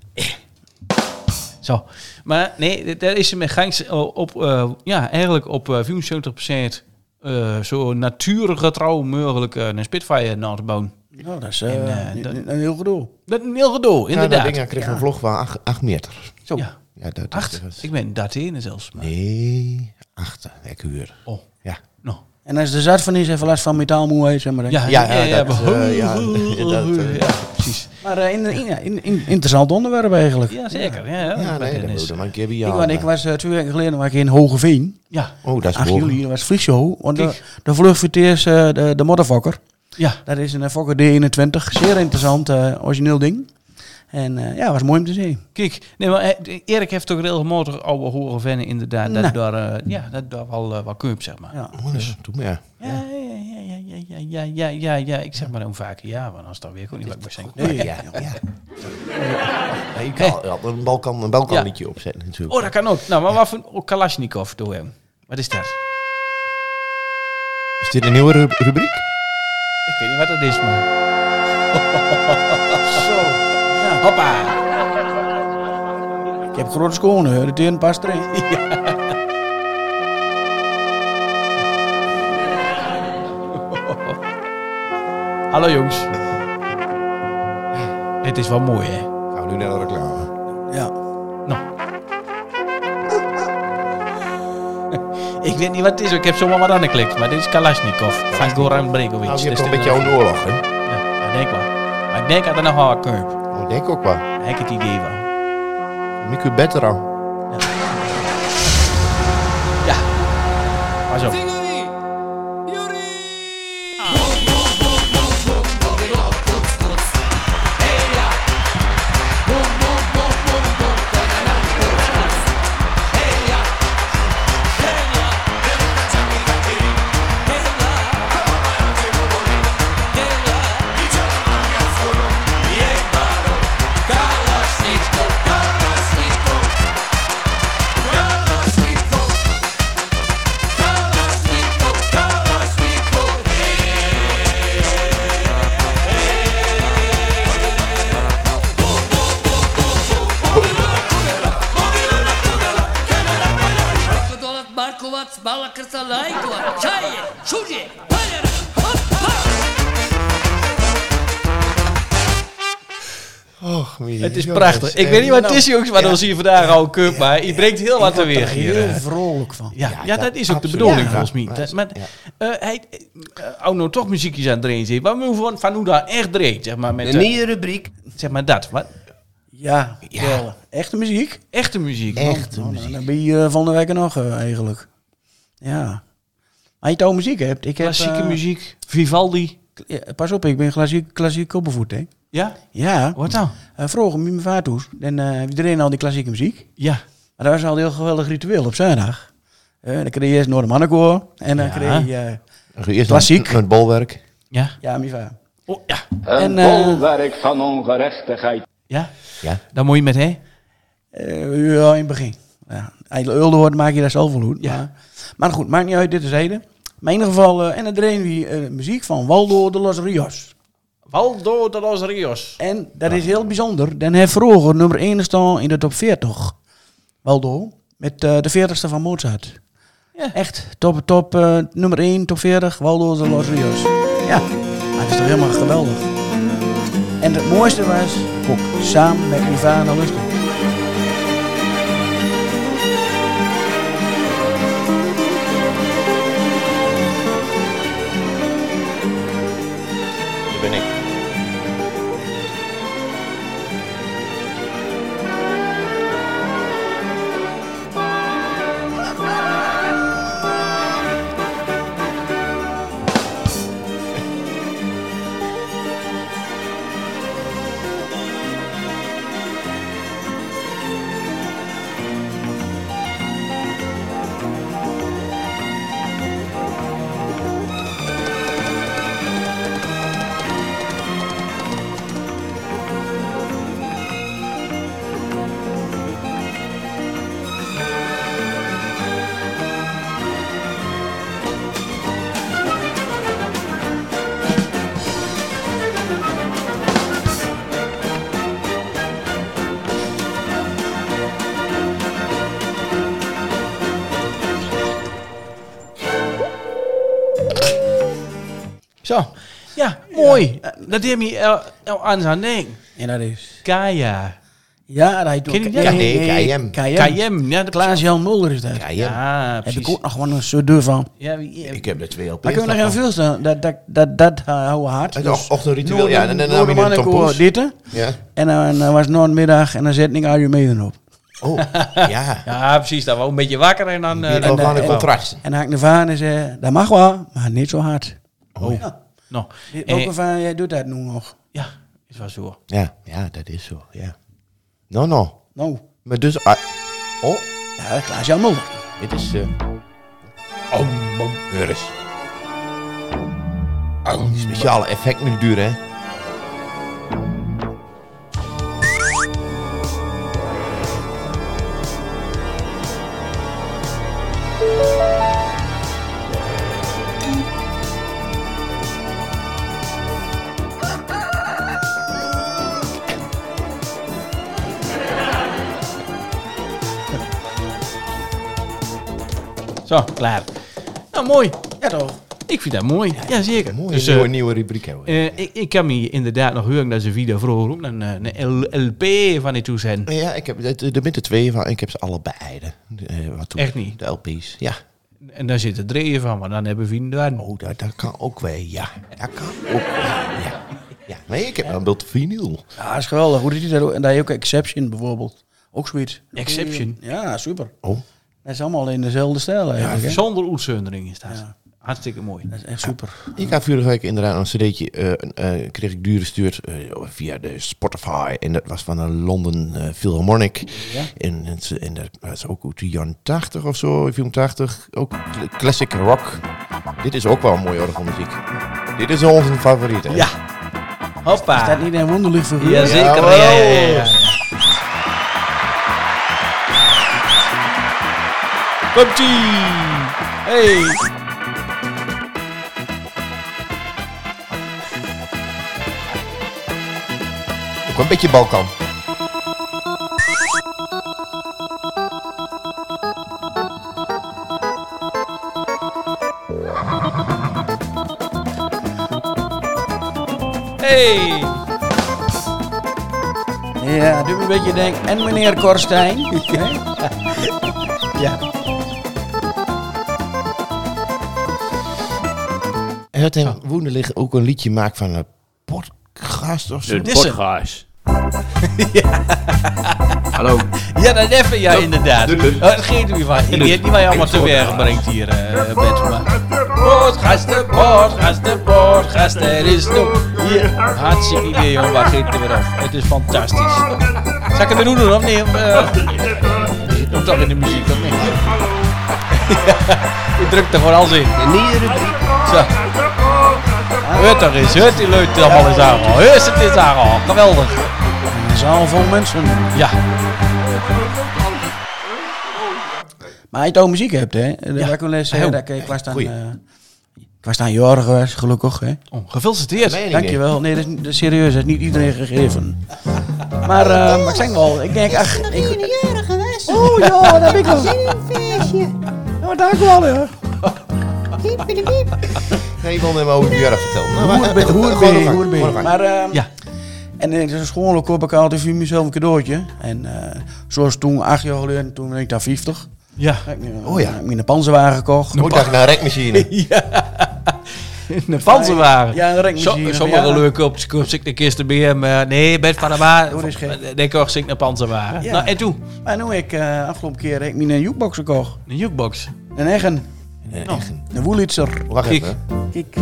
Zo. Maar nee, daar is ze met gangs op, eigenlijk op 75% zo natuurgetrouw mogelijk een Spitfire na te bouwen. Nou, dat is een heel gedoe. Dat is een heel gedoe, inderdaad. Ja, dat ding kreeg een vlog van 8 meter. Zo. Ja. Dat 8? Ik ben 13 zelfs. Maar. Nee, 8. Ik huur. Oh. Ja. Nou. En als de zat van is, even last van metaalmoeheid, zeg maar. Ja, precies. Maar interessant onderwerp eigenlijk. Ja, zeker. Ja, nee, dat moet er maar een keer bij jou. Ik was 2 weken geleden in Hogeveen. Ja. Oh, dat is 8 juli, dat was Frieshow. Want de vlucht verteers de Modderfokker. Ja. Dat is een Fokker D21. Zeer interessant, origineel ding. En was mooi om te zien. Kijk, nee, maar Erik heeft toch regelmatig oude horen vennen inderdaad. Dat daar wel kump, zeg maar. Ja. Dus doe maar. Ja. Ik zeg maar dan vaker ja, want als dat weer gewoon niet wat ik maar zeggen. Nee, ja. Je kan een balkanliedje opzetten natuurlijk. Oh, dat kan ook. Nou, maar wat voor Kalashnikov doen we? Wat is dat? Is dit een nieuwe rubriek? Ik weet niet wat dat is, maar... Zo. Ja. Hoppa. Ik heb grote schoenen, de teen past erin. Ja. Hallo jongens. Het is wel mooi, hè? Gaan we nu naar de reclame? Ja. Nou. Ik weet niet wat het is, ik heb zomaar wat aangeklikt, maar dit is Kalashnikov van Goran Bregovic. Nou, je hebt toch een beetje jouw oorlog, hè? Ja, ik denk wel. Maar ik denk dat er nog wel wat kump. Ik denk ook wel. Ik heb het idee wel. Miku beter aan. Ja. Pas op. Och, Het is prachtig. Ik weet niet wat het is, jongens, maar dan zie je vandaag al cup, maar je brengt heel wat teweeg hier. Heel vrolijk van. Ja, dat is ook de absoluut. bedoeling Ja, volgens mij. maar- Maar als nou toch muziekjes aan het draaien zit, maar we hoeven van hoe dat echt dreigt, zeg maar. Met, Een nieuwe rubriek. zeg maar dat. Wat? Ja, wel. Echte muziek? Echte muziek. Echte Nou, muziek. dan ben je van de week nog eigenlijk. Ja. Als je touw muziek hebt. Ik heb, Klassieke muziek. Vivaldi. Ja, pas op, ik ben klassiek opgevoed, hè. Ja? Ja. Wat dan? Vroeger met mijn vader. Dan iedereen al die klassieke muziek. Ja. Maar dat was al een heel geweldig ritueel op zondag. Dan kreeg je eerst Noordermannenkoor. En dan Ja. kreeg je... Eerst Klassiek. Met bolwerk. Ja. ja, mijn vader. Oh, ja. En, bolwerk van ongerechtigheid. Ja. Ja. Dan moet je met, hè? Ja, in het begin. Ja. Als je eulde wordt, maak je dat zelf wel goed. Ja. Maar goed, maakt niet uit, dit is reden. Maar in ieder geval, en dan draaien we muziek van Waldo de los Rios. Waldo de los Rios. En dat is heel bijzonder. Dan heeft vroeger nummer 1 staan in de top 40. Waldo. Met de 40ste van Mozart. Ja. Echt, top nummer 1, top 40, Waldo de los Rios. Ja, dat is toch helemaal geweldig. En het mooiste was, ook samen met mijn vader lusten. Dat ben ik. Zo. Ja, mooi. Dat heb je aan zijn ding. En dat is... Kaya. Ja, dat heet Ken je ook... dat? KM. KM. Ja, dat Klaas-Jan Mulder is dat. Ja, Ja, Heb precies. ik ook nog gewoon een cd van. Ja, Ik heb er 2 LP's. Maar kunnen we nog even voorstellen, dat houden hard. Het ochtendritueel, ja. En dan nam je een Noordermannenkoor tompoes. dit. Ja. En dan was het nog een middag en dan zet ik Arjen Meden op. Oh, ja. Ja, precies. Dat was een beetje wakker en dan... Weer dan- ook aan de en- contrasten. En dan haak ik naar vaan en zei, dat mag wel, maar niet zo hard. Oh, Ja. Nou, Welke van jij doet dat nu nog? ja, is wel zo. ja, dat is zo, ja. No. Nou, Maar dus... oh, ja, Klaas-Jan Mulder. dit is... Heur eens. Die speciale effecten nu duren, hè. Zo, klaar. Nou, mooi. Ja toch? Ik vind dat mooi. Ja, zeker. Mooi, Dus, een nieuwe rubriek hebben we. ik kan me inderdaad nog horen dat ze video vroeger ook een LP van die toezenden. Ja, ik heb er bent er 2 van. Ik heb ze allebei. Wat toen? Echt niet? De LP's, ja. En daar zitten 3 van, maar dan hebben we vrienden. Oh, dat kan ook wel, ja. Dat kan ook wel, ja. Ja, nee, ik heb wel een beeld vinyl. Ja, dat is geweldig. Hoe doet hij dat ook? En daar heb je ook Exception bijvoorbeeld. Ook zoiets. Exception? Ja, super. Oh. Dat is allemaal in dezelfde stijl eigenlijk. hè? Zonder uitzondering is dat. Ja. Hartstikke mooi. Dat is echt super. Ik had vorige week inderdaad een cd'tje, kreeg ik gestuurd via de Spotify. En dat was van een London Philharmonic. Ja. En dat was ook uit de jaren 80 of zo, 84. Ook classic rock. Dit is ook wel een mooie orgelmuziek. Dit is onze favoriet, hè? Ja. Hoppa. Is dat niet een wonderlijk figuur? Ja, zeker. Jawel. Ja. Komt-ie. Hey. Ook wel een beetje Balkan. Hey. Ja, doe me een beetje denken. En meneer Korstijn. Hè? Ja. En dat hij Woenderlig ook een liedje maakt van een podcast of zo. De Nissen. podcast. Hallo. Ja, dat even, ja, inderdaad. Doet het. Oh, dat geeft u van. Ik weet niet waar je allemaal te werk brengt hier, Bert. Maar... Podcast, er is nog hier. Hartstikke idee, jongen. Waar geeft het weer af? Het is fantastisch. Zal ik het weer doen, of niet? Of zit toch in de muziek, of niet? Je drukt er gewoon alles in. Zo. Hut toch eens, hut die leut allemaal eens aan. Hut het is aan. Geweldig. Een zaal vol mensen. Ja. Maar als je het over muziek hebt, hè. Ja. Dat kan les Heel. zeggen. Ik was dan... Goeie. ik was dan jarig geweest, gelukkig, hè. Oh, gefeliciteerd. Dankjewel. Nee, dat is serieus. Dat is niet iedereen gegeven. Maar ik zeg wel, ik denk, ach... Ben je een jaren geweest? Oh ja, dat heb ik wel. Zin in een feestje. Nou, dank u wel, ja. Piep, piep, piep. Nee, je wilde hem over Jurgen vertellen. Nou, Hoe ben je? Maar, Ja. en in de school koop ik altijd voor mezelf een cadeautje. En zoals toen, 8 jaar geleden, toen ben ik daar 50. Ja. Heb ik Oh ja. heb ik een panzerwagen gekocht. Hoe dacht ik naar een rekmachine? Een panzerwagen. Ja, een rekmachine. Sommige Ja. leuke op de kist BM. Nee, Bert van der Maan. Dat is gek. Ik kocht ik een panzerwagen. Ja. Nou, en toen? Maar nu heb ik afgelopen keer heb ik mijn jukebox gekocht. Een jukebox. Een eigen. Een Woelitzer. Wacht Kijk. even. Kijk.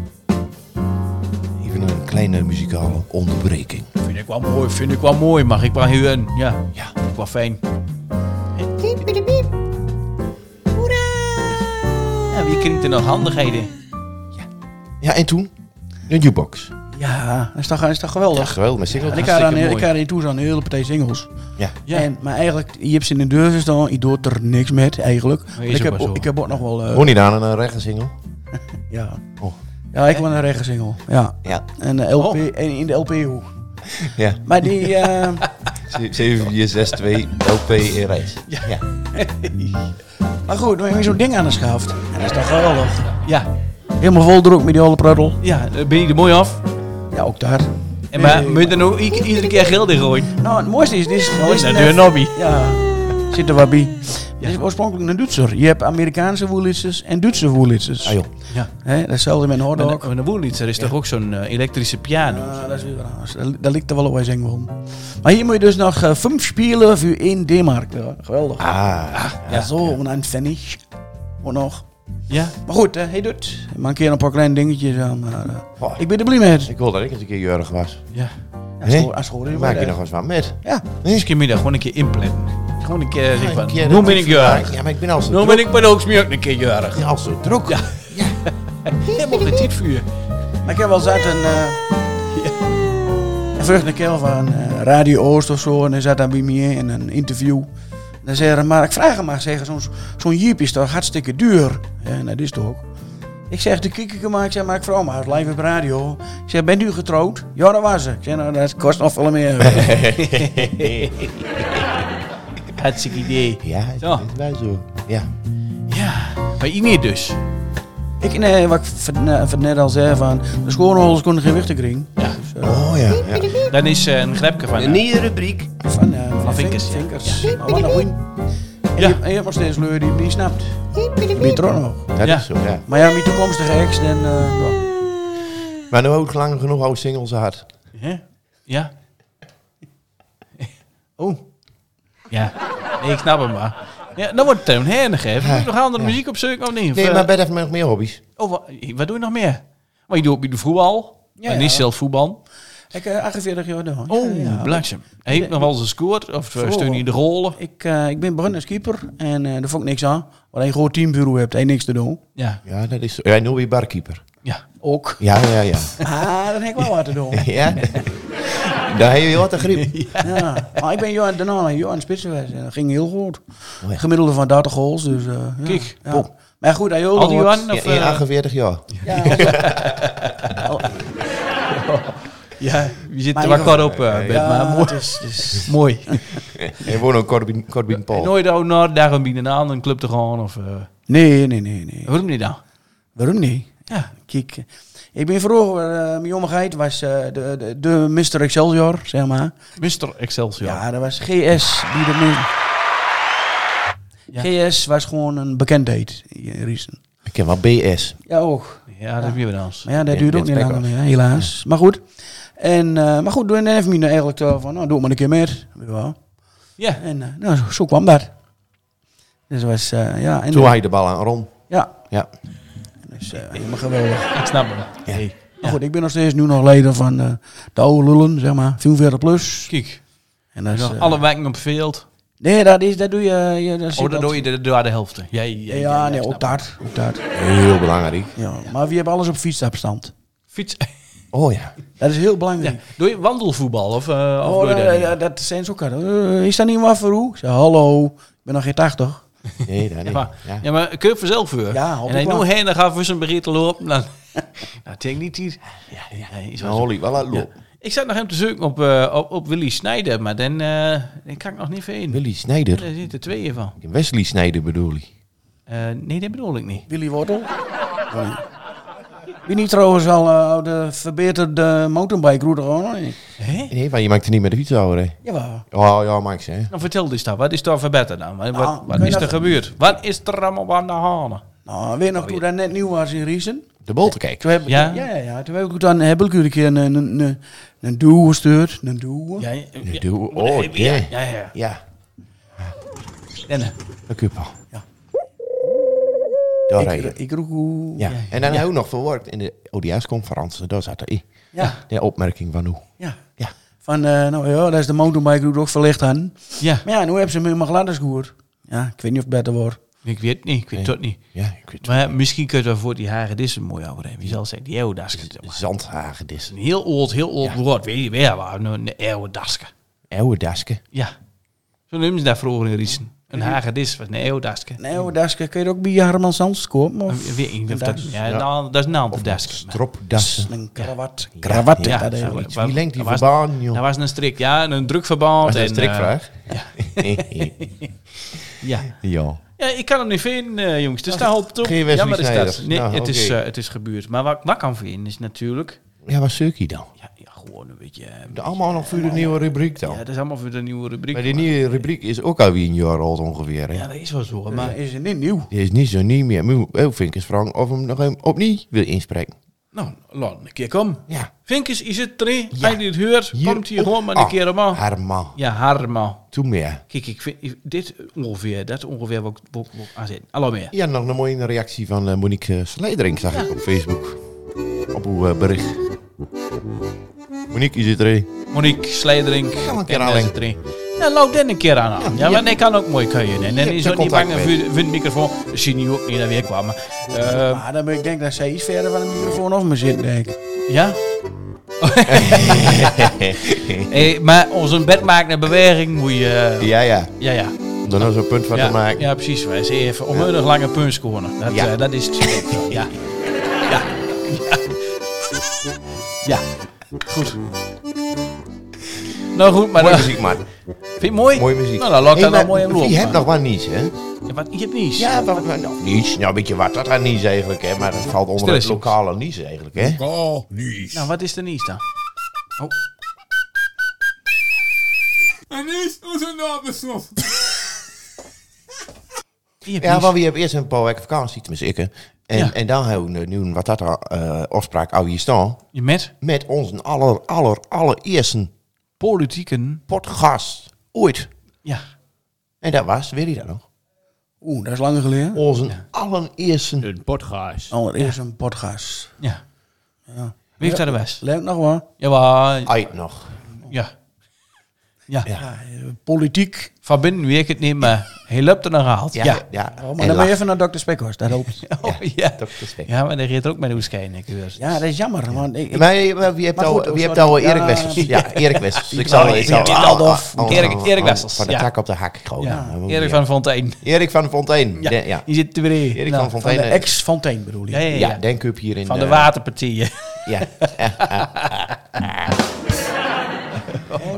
Even een kleine muzikale onderbreking. Vind ik wel mooi. Mag ik wel hier een? Ja. Ja, wel fijn. Piep, piep, piep. Hoera! Ja, wie kringt er nog handigheden? Ja, en toen? Een jukebox. Ja, dat is toch geweldig. Ja, geweldig, met En singles. ik hartstikke had mooi. in toen zo'n hele partij singles. Ja. Ja. Maar eigenlijk, je hebt ze in de deur staan, je doet er niks met eigenlijk. Nee, is Ik ook heb, wel zo. ik heb ook nog wel... Hoor niet aan een rechtsingle? ja. Oh. Ja, ik was een reggae single. Ja. Ja. En de LP, en in de LP-hoek. Ja. Maar die... 7462 LP in reis. Ja. maar goed, dan heb je zo'n ding aan de schaft. En dat is toch geweldig. Ja. Helemaal vol druk met die hele pruttel. Ja, ben je er mooi af? Ja, ook daar. En maar moet je er nou iedere keer geld in gooien? Nou, het mooiste is... Dit is Dat is een hobby. Ja, zit er wat bij. Het is oorspronkelijk een Duitser. Je hebt Amerikaanse woelitzers en Duitse woelitzers. Ah joh. Ja. Datzelfde met een hotdog. Een woelitzer is toch ook zo'n elektrische piano? Ja, dat is weer anders. Daar ligt er wel op bij zingen. Maar hier moet je dus nog 5 spelen voor 1 D-mark. Ja, geweldig. Ja, zo, een eindfinish. Ook nog. Ja. Maar goed, hij doet. Ik mankeer een paar kleine dingetjes aan. Maar, Oh. ik ben er blij met. Ik wil dat ik eens een keer Jurgen was. Ja. Als school is Maak je nog eens wat met? Ja. Misschien moet je dat gewoon een keer inplannen. Gewoon een keer zeggen van, keer nu dat ben ik jarig. Ja, maar ik ben al zo Nu druk. ben ik bij de Hoogsmeer ook een keer jarig. Ja, al zo druk. Ja. Helemaal geen tijd voor je. Maar ik heb wel zat een vrucht een kerel van Radio Oost of zo. En hij zat daar bij me in een interview. En dan zei hij, maar ik vraag hem maar, zeggen, zo'n jeep is toch hartstikke duur. Ja, nou, dat is het ook. Ik zeg, de kikker maar, ik zeg, maar ik vraag maar, live op radio. Ik zeg, bent u getrouwd? Ja, dat was ik. Ik zeg, nou, dat kost nog veel meer. Hartstikke idee. Ja, Zo. dat is wel zo. Ja. Ja, bij Ine dus. Nee, wat ik net al zei, van de schoonholders konden geen wichten krijgen. Ja. Oh ja. Ja. Dan is een grepje van... Een nieuwe rubriek. Van Vinkers, ja. Vinkers. Maar wat nog goed. En Ja. je hebt nog steeds leur die niet snapt. Ben je er ook nog. Dat Ja. is zo, ja. Maar ja, mijn toekomstige ex, dan... ja. Maar nu ook lang genoeg oude singles gehad. Hè? Ja. Oh. Ja. Nee, ik snap hem maar. Ja, dan wordt het een hernig, hè. Moet je nog andere muziek opzoeken of niet? Of, Nee, maar Ben heeft nog meer hobby's. Oh, wat doe je nog meer? Maar je doet voetbal. Ja, En niet zelf voetbal. Ik 48 jaar dan. Oh, ja. bliksem. Hij heeft nog wel eens gescoord? Of steun je de rollen? Ik ben begonnen als keeper en daar vond ik niks aan. Want een groot teambureau hebt, hij niks te doen. Ja. Ja, dat is zo. Ja, nu weer barkeeper. Ja. Ook. Ja. Ah, dan heb ik wel wat te doen. Ja. Daar heb je wat te grip. Ja. Maar ik ben daarna Johan Spits geweest en dat ging heel goed. Oh ja. Gemiddelde van 30 goals, dus ja. Kijk. Ja. Maar goed, hij heel Al die Johan? Of, In 48 jaar. Ja, ja, je zit Maar er je wel kort op, Ben, maar mooi. het is Mooi. En woon ook Corbin Paul. Nooit ook daar een binnen aan een club te gaan? Of, Nee. waarom niet dan? Waarom niet? Ja, kijk. Ik ben vroeger, mijn jongigheid was de Mr. Excelsior, zeg maar. Mr. Excelsior. Ja, dat was GS. GS was gewoon een bekendheid in Riesen. Ik ken wel BS. Ja, ook. Ja, dat is weer bij ons. Maar ja, dat Ja, duurt ook met niet langer meer, helaas. Maar goed. Maar goed, toen heeft me eigenlijk van, nou, doe maar een keer meer. Ja. Ja. En nou, zo kwam dat. Dus dat was, ja. En Toen had je de bal aan Ron. ja, Ja. dus helemaal geweldig. Ik snap hem. Ja. Hey. Maar goed, ik ben nog steeds nu nog leider van de oude lullen, zeg maar. 44 plus. Kijk. En dat is, Alle werken op veld. nee, dat doe je... Dat doe je door de helft. Ja, nee, ook dat. Ook dat. Heel belangrijk. Ja, maar wie hebben alles op fietsafstand? Fiets. Oh ja. Dat is heel belangrijk. Ja. Doe je wandelvoetbal of doe je dat niet? Dat zijn ze ook. Is dat niet wat voor hoe? Ik zeg, hallo, ik ben nog geen 80. Nee, dat niet. Maar, Ja. ja, maar kun je vanzelf voor. Ja, hop en hij ik nu wel. heen en gaat voor zijn bericht lopen. Dan dat denk ik niet iets. Ja, is wel Nou, zo. Holly, wel uit loop. Ik zat nog hem te zoeken op Willy Snijder, maar dan kan ik nog niet vinden. Willy Snijder. Daar zitten 2 van. Wesley Snijder bedoel je. Nee, dat bedoel ik niet. Willy Wortel. Wie niet trouwens al de verbeterde mountainbike route gewoon? Nee. Hé? Nee, maar je maakt er niet met de fiets houden, hè? Jawel. Oh ja, Max, hè? Nou, vertel eens dat. Wat is daar verbeterd dan? Wat kun je is er dat- gebeurd? Wat is er allemaal aan de hanen? Nou, weet je nog toen dat net nieuw was in Riesen? De bolterkijk. Toen heb ik, Ja? ja. Toen heb ik dan heb ik een keer een duo gestuurd. Een duo. Ja, Oh, ja. ja. Ja, En, dat kun je wel. Ja. Daar rijden. Ik roep hoe. Ja. En dan heb ik nog verwoord in de ODS-conferentie. Daar zat er in. Ja. De opmerking van hoe. Ja. Ja. Van, nou ja, dat is de mountainbike route ook verlicht aan. ja, Maar ja, nu hebben ze me helemaal gladder gehoord. Ja, ik weet niet of het beter wordt. ik weet het niet. Ik weet het niet. Ja, ik weet Maar misschien kun je wel voor die hagedissen mooi overnemen. Wie zal zeggen, die oude daske. het. Zandhagedis. Een heel oud woord. Weet je weer waar? Een oude daske. Oude daske. Ja. Zo noemen ze dat vroeger in Riesen. Een hagedis was een oude daske. Nee, dat kun je ook bij Herman Sands kopen. Of Weet ik of dat dat, is- ja, nou, dat is een aantal daske. Stropdassen. een kravat. Kravat. Ja, dat is ja, wel ja. iets. Wie lengt die Dat was- verbaan, joh? Dat was een strik, ja. Een drukverband. Was dat een en, strikvraag? ja. Ja. Ja, ik kan hem niet vinden, jongens. Dus daar hoopt op. Geen Wesley Jammer is Sneijder. dat. Nee, Nou, het is gebeurd. Maar wat kan vinden is natuurlijk... Ja, wat zoek je dan? Ja, gewoon een beetje... Allemaal nog voor de nieuwe rubriek dan. ja, dat is allemaal voor de nieuwe rubriek. Maar die nieuwe rubriek is ook alweer een jaar oud ongeveer. Hè? Ja, dat is wel zo. Maar Maar is het niet nieuw? Die is niet zo nieuw meer. Maar ik vind eens vragen of hem nog even opnieuw wil inspreken. nou, laat een keer komen. Ja. Vinkers, is het erin? Ja. Als je het hoort, komt hier gewoon maar een keer omhoog. Harma. Ja, harma. Toen meer. Kijk, ik vind dit ongeveer, dat is ongeveer wat ik aan zit. Hallo meer. Ja, nog een mooie reactie van Monique Slijdering zag ik op Facebook. Op uw bericht. Monique, je zit erin. Monique Slijdering. Ga een keer en aan, daar zit erin. Ja, loop dan een keer aan. Ja, want ik kan ook mooi kuien. En Je dan hebt is er ook niet contact bang mee. voor de microfoon. Dat zie je nu ook niet dat weer kwam. Maar, Maar dan ben ik denk dat zij iets verder van de microfoon af me zit, denk ik. ja? Hey, maar onze bedmakende beweging moet je... Ja, ja. ja. Om er nog zo'n punt van te maken. Ja, precies. Wij zijn even onmiddellijk lange punt scoren. Dat, Ja. dat is het. Ja. Ja. Ja. Goed. Nou goed, maar Mooie dan... muziek, man. Vind je het mooi? Mooie muziek. Nou, dan laat ik dat maar nou mooi in lopen. Je hebt nog wat niets, hè? Ja, wat, je hebt niets. Ja, niets. Nou, weet je wat dat aan niets eigenlijk, hè? Maar dat valt onder het Stilletjes. lokale niets eigenlijk, hè? Oh, niet. Nou, wat is er niets dan? Oh. En is onze naam besloten. Je hebt Ja, niets. want we hebben eerst een paar weken vakantie, tenminste ik. En, Ja. en dan hebben we nu wat dat afspraak al hier staan. Je met Met onze allereerste politieken. podcast ooit. Ja. En dat was, weet je dat nog? Dat is langer geleden. Onze allereerste. Een podcast. Allereerst een podcast. Ja. Ja. Wie heeft dat de best? Leuk nog wel. Jawel. Uit nog. Ja. Ja. Ja, politiek. Van binnen weet ik het niet, maar hij loopt er nog gehaald. Ja. Ja. ja. Oh, En maar dan ben je lach. even naar Dr. Spekhorst. Dat helpt. Oh, ja. Dr. Spek. Ja, maar daar reed er ook met hoe schijn, ik hoor. Ja, dat is jammer. Want ik, Maar wie hebt Maar al, goed, wie hebt sorry. al Erik Ja, Wessels? Ja, Erik Wessels. Ik zal- zal ik zal- zal- Adolf. Erik Wessels, Van de ja. tak op de hak gooien. Ja. Nou, Erik van Fontein. Erik van Fontein. Ja. Ja. Die zit er weer in. Erik Nou, van van Fontein. de ex-Fontein bedoel je. Ja, ja, ja. Ja, denk up hier in Van de waterpartijen. Ja.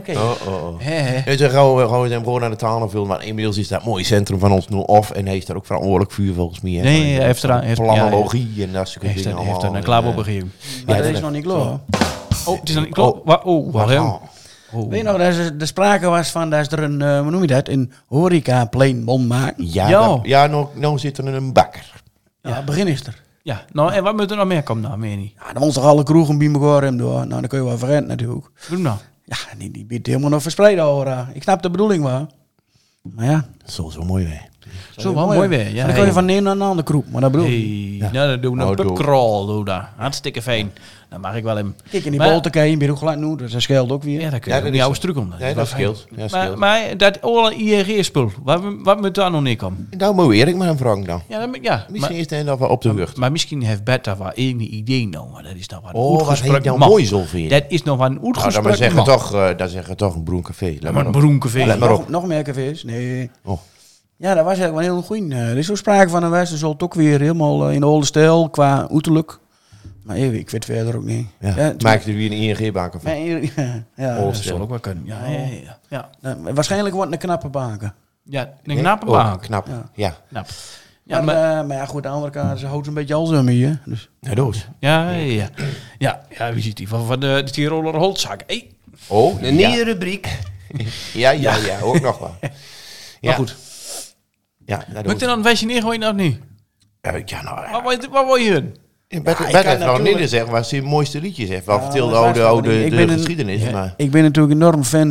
oké. En ze gaan hem gewoon naar de Tanenveld. Maar inmiddels is dat mooi centrum van ons nu af. En hij is daar ook verantwoordelijk voor volgens mij. Hè. Nee, hij heeft er planologie en dat soort heeft dingen een allemaal. klaar opgegeven. Maar dat is nog niet klaar. Oh, het is nog niet klaar. Waarom? Weet je nog, dat er sprake was van dat er een, hoe noem je dat, een horeca-pleinbom maken. Ja, nou zit er een bakker. Ja, begin is er. Ja, nou, en wat moet er nog meer komen nou, meer niet? Ja, dan ons toch alle kroegen bij elkaar hem door. Nou, dan kun je wel verrenten natuurlijk. Doe nou. Ja, die biedt helemaal nog verspreid hoor. Ik snap de bedoeling wel. Maar ja. Zo mooi weer. Zo wel mooi weer. Ja, dan kun je van de een naar de andere kroeg. Maar dat bedoel ik. Hey, nou, dan doen we een pubcrawl. Doe dat. Hartstikke fijn. Dan mag ik wel hem. Kijk, in die boltekijn ben je ook gelijk nu. Dus dat scheelt ook weer. Ja, dat kun je niet oude struik om. Ja, dat scheelt. Maar dat alle IRG-spul, wat moet daar nog niet komen? Nou, moet Erik maar een vraag dan. Ja, misschien is het nog wel op de rug. Maar misschien heeft Bert daar wel een idee nou. Maar dat is nog wat wat hij nou mooi zo vindt. Dat is nog wat een uitgesproken dan zeggen we toch een broencafé. Een broencafé. Nog meer cafés? Nee. Ja, dat was eigenlijk wel heel goed. Er is zo sprake van een wijze, zal het ook weer helemaal in de oude stijl qua uiterlijk. Maar ik weet verder ook niet. Maak je er weer een ING-bank of ja, dat zal ook wel kunnen. Ja. Waarschijnlijk wordt het een knappe banken. Ja, een knappe bank. Knap, ja. Knap. Ja, maar ja, goed, aan de andere kant, ze houdt een beetje alles om hier. Dus. Ja, doos. Ja, wie ziet die van de Tiroler Holtzak? Hey. Oh, een nieuwe rubriek. ja, ook nog wel. Maar goed. Ja, moet je dan een wijsje neergooien of niet? Ja, nou... Wat wil je hun? Bert heeft nog niet zeggen wat zijn mooiste liedjes heeft. Wel vertelde de oude geschiedenis. Maar. Ik ben natuurlijk enorm fan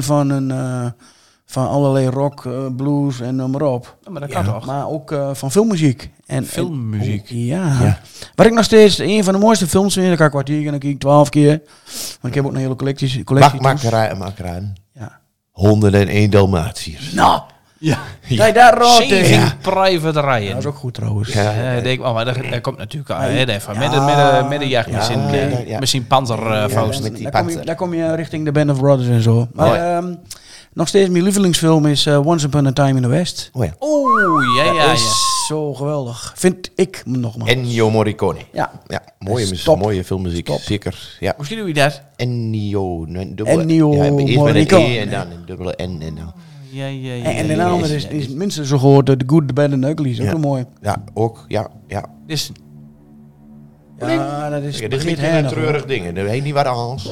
van allerlei rock, blues en noem maar op. Ja, maar dat kan toch? Maar ook van filmmuziek. Filmmuziek? Ja. Waar ik nog steeds een van de mooiste films vind, dan kan ik kwartier en dan kijk ik 12 keer. Want ik heb ook een hele collectie. Maak eraan. Ja. 101 Dalmatiërs. Nou! Ja. Kijk, daar rood Saving Private Ryan. Dat is ook goed trouwens. Ja, denk maar daar komt natuurlijk met de jacht misschien panzerfaust. Daar kom je richting de Band of Brothers en zo. Maar nog steeds mijn lievelingsfilm is Once Upon a Time in the West. Ja, Dat is zo geweldig. Vind ik nogmaals. Ennio Morricone. Ja. Mooie filmmuziek. Zeker. Ja. Misschien doe je dat. Ennio Morricone. En dan een dubbele N en dan. Ja. En de andere is minstens zo gehoord. The Good, The Bad and The Ugly is ook wel mooi. Ja, ook. Ja. Dus... Ja, dat is... Dit is een treurig ding. Dat heet niet wat anders.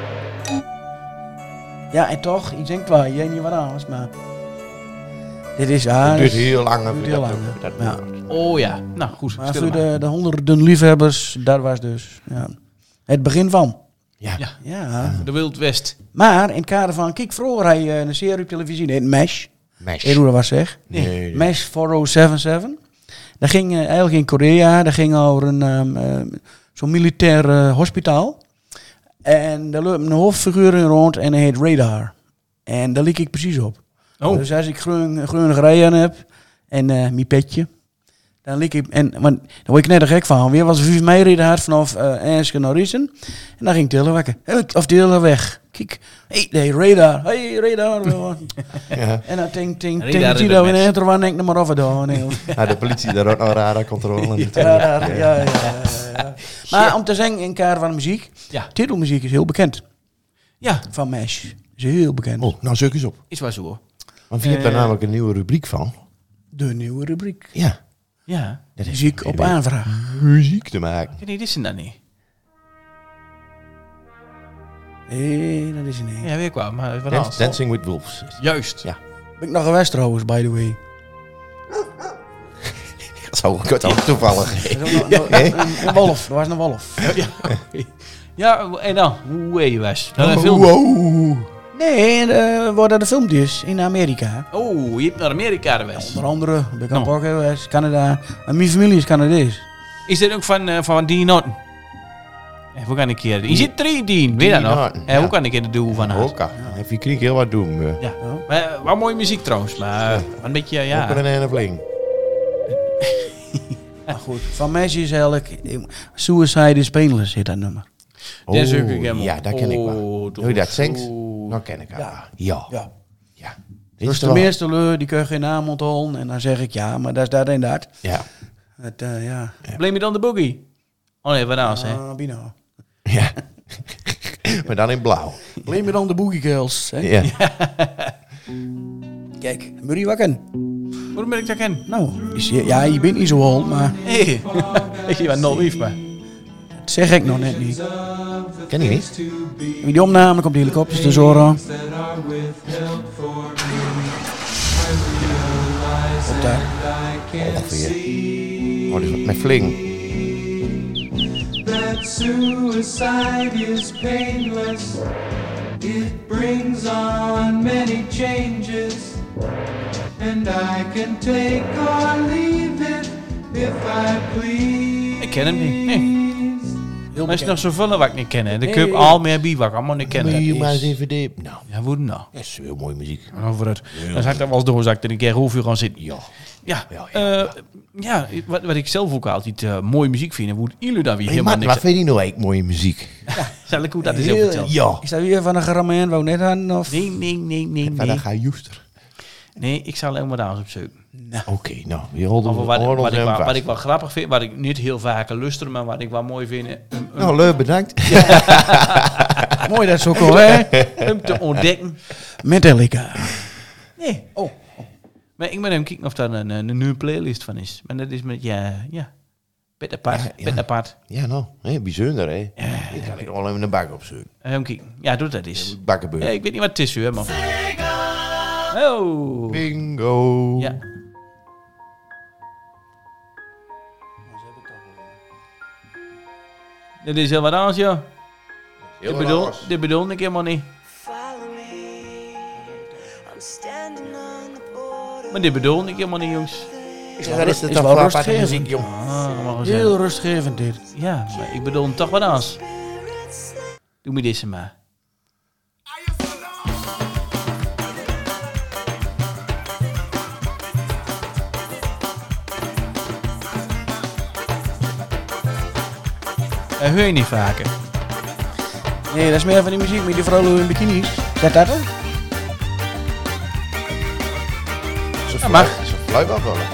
Ja, en toch, ik denk wel, je weet niet wat anders, maar... Dit is... Het duurt heel lang. Oh ja, nou goed. Maar voor de honderden liefhebbers, daar was dus het begin van. Ja. De Wild West. Maar in het kader van... Kijk, vroeger had je een serie op televisie, die heet MASH. Weet hoe dat was, zeg? Nee. MASH 4077. Dat ging eigenlijk in Korea. Dat ging over zo'n militair hospitaal. En daar loopt een hoofdfiguur in rond en hij heet Radar. En daar liep ik precies op. Oh. Dus als ik groene grij aan heb en mijn petje... Dan liep ik... Want daar word ik net er gek van. Weer was 5 mei reden hard vanaf Enschede naar Riesen. En dan ging de hele wekker. Of de hele weg. Kijk. Hey, Radar. Hey, Radar. En dan ting. Zie dat we in het ervan denk ik maar over doen. De politie daar ook nog radarcontrole. Ja. Maar om te zeggen in kader van de muziek. Titelmuziek is heel bekend. Ja. Van MASH. Is heel bekend. Oh, nou zoek eens op. Is wel zo. Want je hebt daar namelijk een nieuwe rubriek van. De nieuwe rubriek. Ja. Ja. Dat is muziek op aanvraag. Muziek te maken. Nee, dit is hem dan niet. Nee, dat is het niet. Ja, weet ik wel, maar wat anders. Dancing with Wolves. Juist. Ja. Ben ik nog geweest trouwens, by the way. Dat zou ik ook toevallig. Een wolf, er was een wolf. Ja, en dan? Hoe je was? Wow. Nee, waar dat de film is, in Amerika. Oh, je hebt naar Amerika geweest. Onder andere, ben ik ook geweest, Canada. En mijn familie is Canadees. Is dit ook van Dean Norton? Hoe kan ik hier? Je zit 3 Dean, weet je dat nog? Hoe kan ik hier de doel van haar? Ook heb je kriek heel wat doen. Ja. Maar, wat mooie muziek trouwens, maar een beetje, Ook een fling. Maar goed, van mij is eigenlijk Suicide is Painless, heet dat nummer. Oh, ja, dat ken ik wel. Hoe je dat zingt, dan ken ik wel. Ja. Dus de meeste leur, die kun je geen naam onthouden. En dan zeg ik ja, maar dat is dat en dat. Ja. Blame je dan de boogie? Oh nee, wat anders, hè? Bino. Ja. Maar dan in blauw. Alleen meer dan de Boogie Girls. Hè? Ja. Kijk, Murray wakker. Hoe ben ik dat ken? Nou, je bent niet zo oud, maar Hé, ik zie wel nul lief, maar... dat zeg ik nog net niet. Ken je niet? Die opname komt de helikopters te zorgen. Op daar. Oh, dit is met fling. That suicide is painless. It brings on many changes. And I can take or leave it if I please. Ik ken hem niet. Nee. Heel Maar is bekend. nog zoveel wat ik niet ken. De Nee. Cup al meer bivak, allemaal niet Moet kennen. je maar eens even de... Nou, Ja, hoe nou? dat is heel mooie muziek. Over het. Dan zag ik dat wel eens door, zag ik er een keer hoeveel gaan zitten. Ja. Ja, wat ik zelf ook altijd mooie muziek vind, en hoe jullie daar weer Hey, helemaal Matt, niks... wat vind je nou eigenlijk mooie muziek? Zal ik hoe dat is heel verteld? Ja. Is dat weer van een grammen wou net aan? Of? Nee. Maar dan ga je juster. Nee, ik zal helemaal daar eens op zoeken. Oké, nou, je hoort Over wat ik vast. wel grappig vind, wat ik niet heel vaak luister, maar wat ik wel mooi vind, Nou, leuk, bedankt. Mooi dat zo cool, hè? om te ontdekken. Metallica. Nee. Oh. Maar ik ben hem kijken of daar een nieuwe playlist van is. Maar dat is met, bed apart. Ja. Bed apart. Ja, nou, hè, bijzonder, hè. Ik ga er wel even een bak opzoeken. Hem kijken. Ja, doe dat eens. Bakkenbeurt. Ja, ik weet niet wat het is, hoor, man. Oh. Bingo. Ja. Dit is heel wat anders, joh. Dit bedoel ik helemaal niet. Maar dit bedoel ik helemaal niet, jongens. Ja, dat is het Is toch wel wel aparte rustgevend. muziek, jong. Ah, mag wel zijn. Heel rustgevend dit. Ja, maar ik bedoel toch wat anders. Doe me deze maar. Dat hoor je niet vaker. Nee, dat is meer van die muziek met die vrouwen in bikinis. Dat dat, hè? Zo mag. Zo fluit wel wel.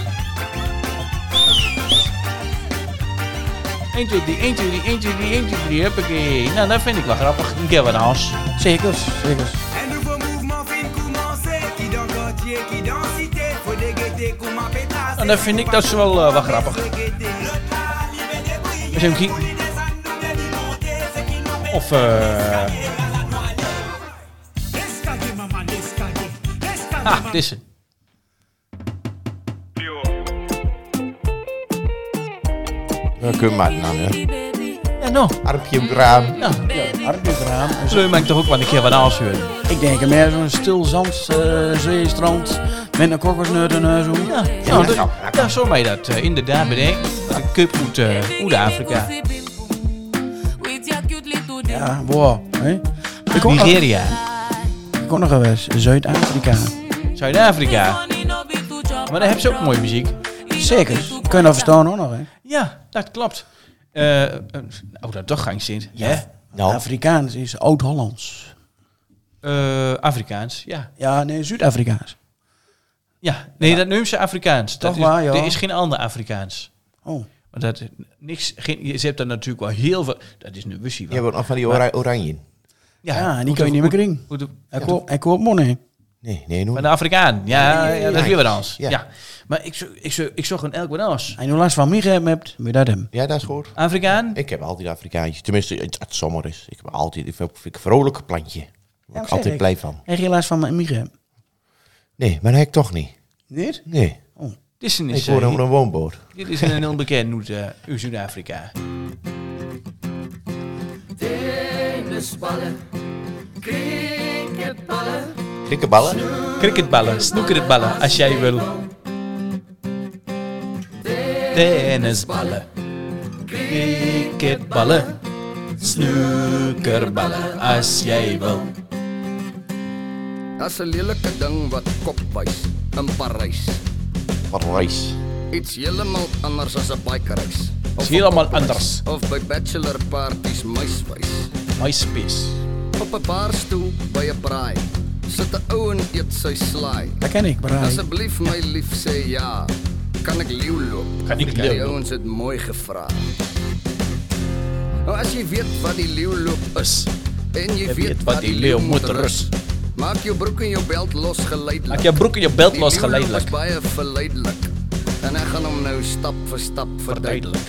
1, 2, 3, 1, 2, 3, 1, 2, 3, 1, 2, 3, huppakee. Nou, dat vind ik wel grappig. Een keer wat anders. Zeker, zeker. En dan vind ik dat ze wel grappig. Eens even kijken. Of dit is het. Ja, kun je maar dan, hè. Ja, nou. Armpje op raam. Ja, Armpjesraam. zullen we mij toch ook wel een keer wat anders horen? Ik denk meer zo'n stil zand, zeestrand met een kokosnut en zo. Ja, zo mij dat inderdaad bedenken. De cup uit Afrika. Ja, wow. Hè? Ik kon Nigeria. nog geweest. Zuid-Afrika. Zuid-Afrika. Maar daar hebben ze ook mooie muziek. Zeker. Kun je dat verstaan ook nog, hè? Ja, dat klopt. Dat toch gang zit. Ja. Nou, Afrikaans is Oud-Hollands. Afrikaans, ja. Ja, nee, Zuid-Afrikaans. Ja, nee, dat noemen ze Afrikaans. Dat Toch is, waar, ja. Er is geen ander Afrikaans. Oh. Maar dat je hebt daar natuurlijk wel heel veel. Dat is nu wussie. je hebt nog van die oranje. Ja, en die kun je niet meer kringen. Hij koopt money. Nee, noem. Van de Afrikaan. Ja, dat is weer wat anders. Ja. Ja. Maar ik zocht een elk wat anders. En je last van migraine hebt, moet je dat hebben. Ja, dat is goed. Afrikaan? Ik heb altijd Afrikaantjes. Tenminste, als het zomer is. Ik heb altijd vind ik een vrolijk plantje. Daar word ik altijd blij van. Heb je last van migraine? Nee, maar dat heb ik toch niet. Niet? Nee. Dit is Ik woon op een woonboot. dit is een heel bekend uit Zuid-Afrika. Tennisballen, cricketballen, Krikkenballen? Cricketballen, snoekerballen, als jij wil. Tennisballen, cricketballen, snoekerballen, als jij wil. Dat is een lelijke ding wat kopwys in Parys. Wat reis. Iets helemaal anders as 'n bikereis. Is helemaal anders. Of by bachelor parties muiswys. MySpace. Op 'n barstoel by 'n braai. Sit 'n ou en eet sy slaai. Dat ken ik, braai. Asseblief my lief sê ja. Kan ek leeu loop? Kan ik leeu Die loop? ouens het mooi gevra. Nou as jy weet wat die leeu loop is, En je Je weet wat die leeuw moet rust. Maak je broek en je belt los geleidelijk. Maak je broek en je belt los Die leeuw geleidelijk. was baie verleidelijk. En ek gaan hom nou stap vir stap verduidelik.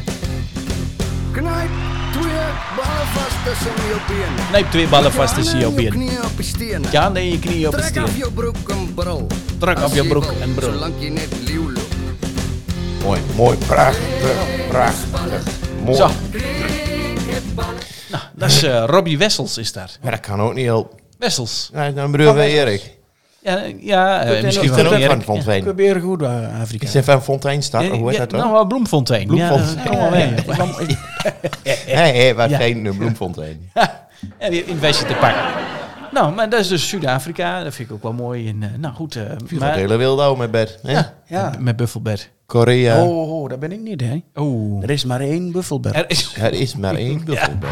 Knyp 2 balle vas tussen jou bene. Knijp 2 ballen vast tussen jouw been. Knie op die stene. Ja, nee, je knie op de Trek af steen. jou broek en brul. Trek af je broek en brul. Zolang jy net leeuw loop. Mooi, prachtig. Mooi. Zo. Nou, dat is Robbie Wessels is daar. Maar dat kan ook niet helpen. Wessels. Nee, dan broer wij Erik. Ja, misschien Ik wel ben ook van Erik. Fontein. Ik probeer goed Afrika. Ik zeg van Fonteinstad, hoe heet dat dan? Nou, Bloemfontein. Bloemfontein. Ja, kom maar mee. Nee, wat geen Bloemfontein. En weer in Westje te pakken. Nou, maar dat is dus Zuid-Afrika. Dat vind ik ook wel mooi. En, nou goed. Je gaat hele wilde met bed. Hè? Ja. Met buffelbed. Korea. Oh, daar ben ik niet, hè. Oh. Er is maar 1 buffelbed. Er is maar 1 buffelbed.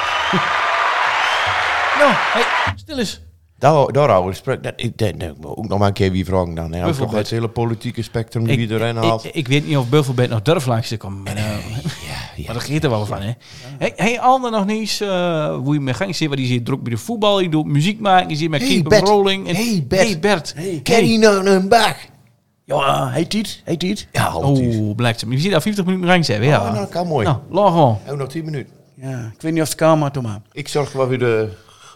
Nou, hey, stil eens. Daar hou ik gesprek. Ik moet ook nog maar een keer wie vragen dan. Hè? Ook Buffelbed. nog het hele politieke spectrum die erin haalt. Ik weet niet of Buffelbed nog durft langs te komen. Maar, maar dat geeft er wel van, hè. Hey, Ander nog niet eens hoe je met gang zit. Want die zit druk bij de voetbal. Die doet muziek maken. Die zit met keep Bert. rolling. En, Hey, Bert. Hey, Bert. Ken je nou een bak? Ja, heet iets? Ja, altijd. Oh, blijkt ze. Je ziet al 50 minuten rang zijn. Ja. Oh, nou, kan mooi. Nou, laat gewoon. Oh, nog 10 minuten. Ja, ik weet niet of het kan, maar doe maar. Ik zorg wel weer de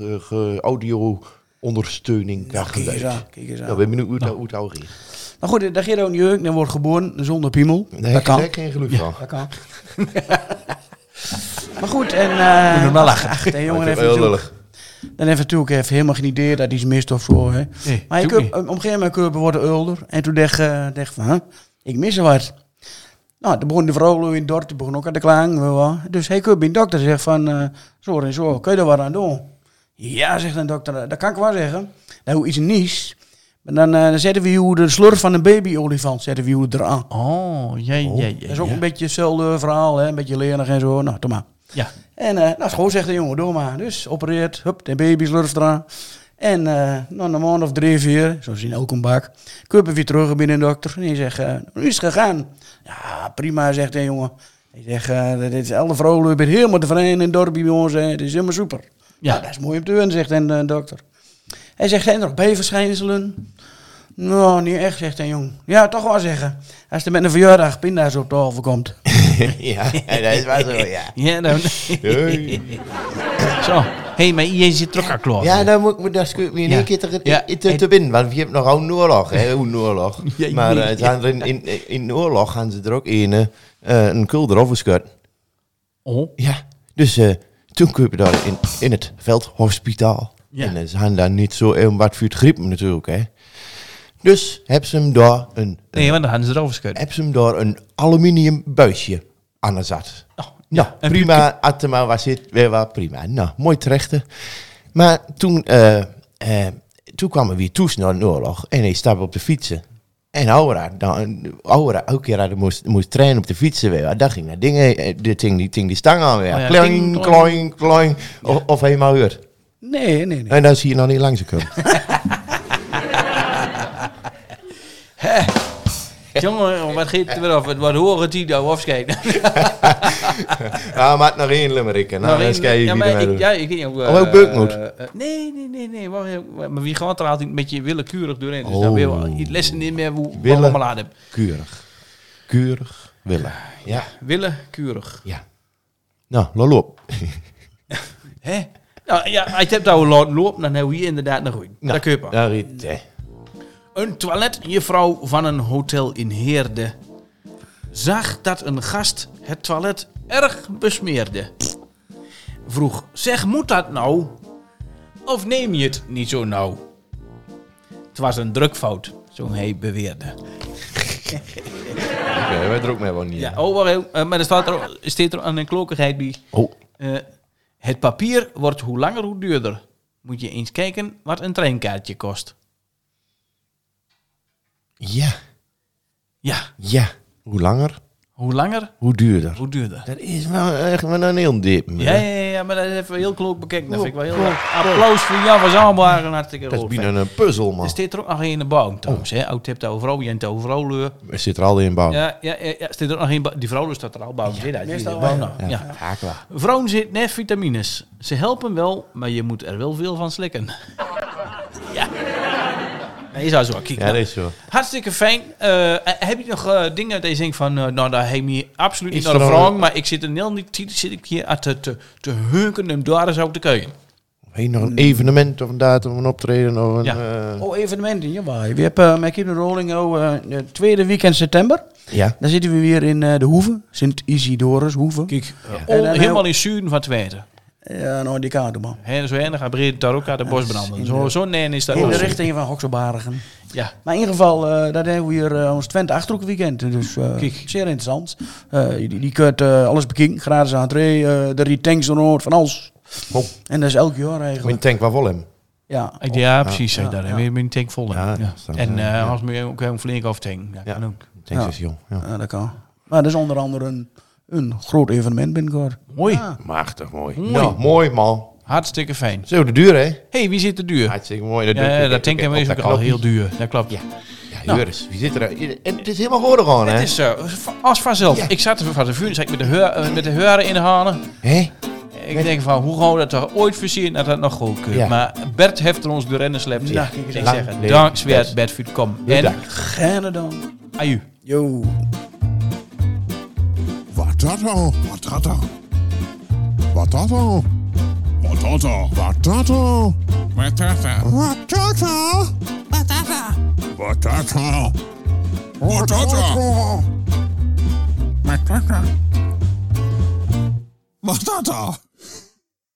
audio-ondersteuning. Ja, kijk eens aan. Ja, ben benieuwd hoe het al gaat. Maar goed, dat gaat ook niet jeuk. Dan wordt geboren zonder piemel. Nee, dat kan. Ik geen geluk van. Dat kan. Maar goed, en... Moet je maar lachen. Ach, en jongen, Dat is even heel lullig. Dan even natuurlijk even helemaal geen idee dat iets mist of zo. Hè. Nee, Maar ik tuurlijk op een gegeven moment worden ouder. En toen dacht ik van, huh, ik mis er wat. Nou, toen begon de vrouw in het dorp, die begon ook aan de klang. Dus hij kwam bij een dokter en zegt van, zo en zo, kun je er wat aan doen? Ja, zegt een dokter, dat kan ik wel zeggen. Dat is niets. Maar dan zetten we hoe de slurf van een babyolifant zetten we hoe eraan. Oh, ja. Dat is ook een beetje hetzelfde verhaal, hè? Een beetje lenig en zo. Nou, doe maar. Ja. En nou, gewoon zegt de jongen, doe maar. Dus opereert, hup, de baby slurft eraan. En nou, een maand of 3, 4, zo zien elke bak. Kuppen weer terug binnen de dokter. En hij zegt, nu is het gegaan. Ja, prima, zegt de jongen. Hij zegt, dit is alle vrouwen, ik ben helemaal tevreden in het dorpje bij ons. Het is helemaal super. Ja. Ja, dat is mooi om te doen, zegt de dokter. Hij zegt, zijn er nog bijverschijnselen? Nou, niet echt, zegt een jong. Ja, toch wel zeggen. Als er met een verjaardag pinda's op tafel komt. Ja, dat is wel zo, ja. Ja, dan... Hey. Zo. Hé, maar je zit er ook al klaar. Ja, dan moet ik dat weer in één keer te winnen. Want je hebt nog een oorlog, hè? Een oorlog. Ja, Maar nee. zijn er in de oorlog gaan ze er ook een kulder overschut. Oh. Ja, dus toen kun je daar in het veldhospitaal. Ja. En ze gaan daar niet zo heel wat voor het griepen natuurlijk, hè. Dus hebben ze hem daar Nee, want dan hadden ze erover schudden. hebben ze hem daar een aluminium buisje aan de zat. Oh, Nou, en prima, als er maar wat zit, weer wat prima. Nou, mooi terechte. Maar toen kwam er weer toes naar de oorlog en hij stapte op de fietsen. En Aura, elke keer dat hij moest trainen op de fietsen weer, dan ging dat ding, die stang aan weer. Oh ja, Kloing, ting, kloing, kloing. Of helemaal hoort. Nee. En dan zie je nog niet langs komen. Jongen, wat geeft er weer af? Wat horen die nou afscheiden? Ja, maar nog één limerick. Nou, dan schrijf je ja, wie maar ermee ik weet niet of... ook Beukmoed? Nee. Maar wie gaat er altijd een beetje willekeurig doorheen? Dus dan wil je lessen niet meer hoe we Willen. allemaal aan hebben. Keurig willen. Ja. Willekeurig. Ja. Nou, loop. Hè? Nou ja, als je hebt nou laten lopen, dan hebben we hier inderdaad nog goed. Nou, Dat kun je pas. daar riet, hè. Een toiletjuffrouw van een hotel in Heerde zag dat een gast het toilet erg besmeerde. Vroeg, zeg, moet dat nou? Of neem je het niet zo nauw? Het was een drukfout, zo hij beweerde. Oké, wij druk mij wel niet. Ja, maar er staat er aan een klokigheid bij. Oh. Het papier wordt hoe langer hoe duurder. Moet je eens kijken wat een treinkaartje kost. Ja. Ja. Ja. Hoe langer? Hoe langer, hoe duurder. hoe duurder. Dat is wel echt wel een heel dip. Ja, maar dat hebben we heel kloek bekeken. Dat vind ik wel heel applaus voor Jan van Zalmwagen. Hartstikke Dat is goed. bijna een puzzel, man. Er staat er ook nog in de bouw trouwens. Oud hebt overal, je hebt overal leur. Er zit er al in bouw. Ja, staat er ook nog in. Die vrouwen staat er al bouw. Ja, klaar. Vrouwen zitten net vitamines. Ze helpen wel, maar je moet er wel veel van slikken. Ja. Nee, je zou zo kijken. Ja, dat is zo. Hartstikke fijn. Heb je nog dingen dat je denkt van... nou, daar heb je absoluut niet Is naar de er nog vraag. Maar ik zit er heel niet... Zit ik hier te hunken en daar zou ik te kijken. Heb je nog een evenement of een datum of een optreden? Of een, Ja. Evenementen, jawel. We hebben met Keep Rolling het tweede weekend september. Ja. Dan zitten we weer in de Hoeve. Sint-Isidorus Hoeve. Kijk, En dan helemaal in zuiden van Twente. Ja, nou, die kaart man. Zo enig gaat breed daar ook aan de bosbranden. Zo nee is dat In ook. de richting van Hokselbarigen. Ja. Maar in ieder geval, dat hebben we hier ons Twente Achterhoekweekend. Dus zeer interessant. Die kunt alles bekijken. Gratis entree, de retanks door van alles. Oh. En dat is elk jaar Moet je eigenlijk. een tank wel vol hebben? Ja, precies. Ja, Daar ja. heb je een tank vol. Ja, Ja. dat En als we ook een flink aftank. Ja, Ja. kan ook. Tankstation. Ja. Ja, dat kan. Maar dat is onder andere een groot evenement binnenkort. Mooi. Ja. Machtig mooi. Mooi. Nou, mooi man. Hartstikke fijn. Zo, de duur hè? Hey, wie zit de duur? Hartstikke mooi. Ja, dat tank is ook al heel duur. Dat klopt. Ja. Ja, Joris, wie zit er? En het is helemaal geworden gewoon, hè? Het is als vanzelf. Ja. Ik zat er van de vuur, zat ik met de heuren in de handen. Hè? Ik denk van, hoe gaan we dat toch ooit versieren dat dat nog goed kan. Ja. Maar Bert heeft er ons door rennen slept. Ja, Ik kijk zeg eens. zeggen, Lang dank leven Bert, Bert voor het komen. En Bedankt. Gerne dan. aju. Yo. Wat dat al? Wat dat al? Wat dat al? Wat dat al? Wat dat al? Wat dat al? Wat dat al? Wat dat al? Wat dat al? Wat dat al? Wat dat al?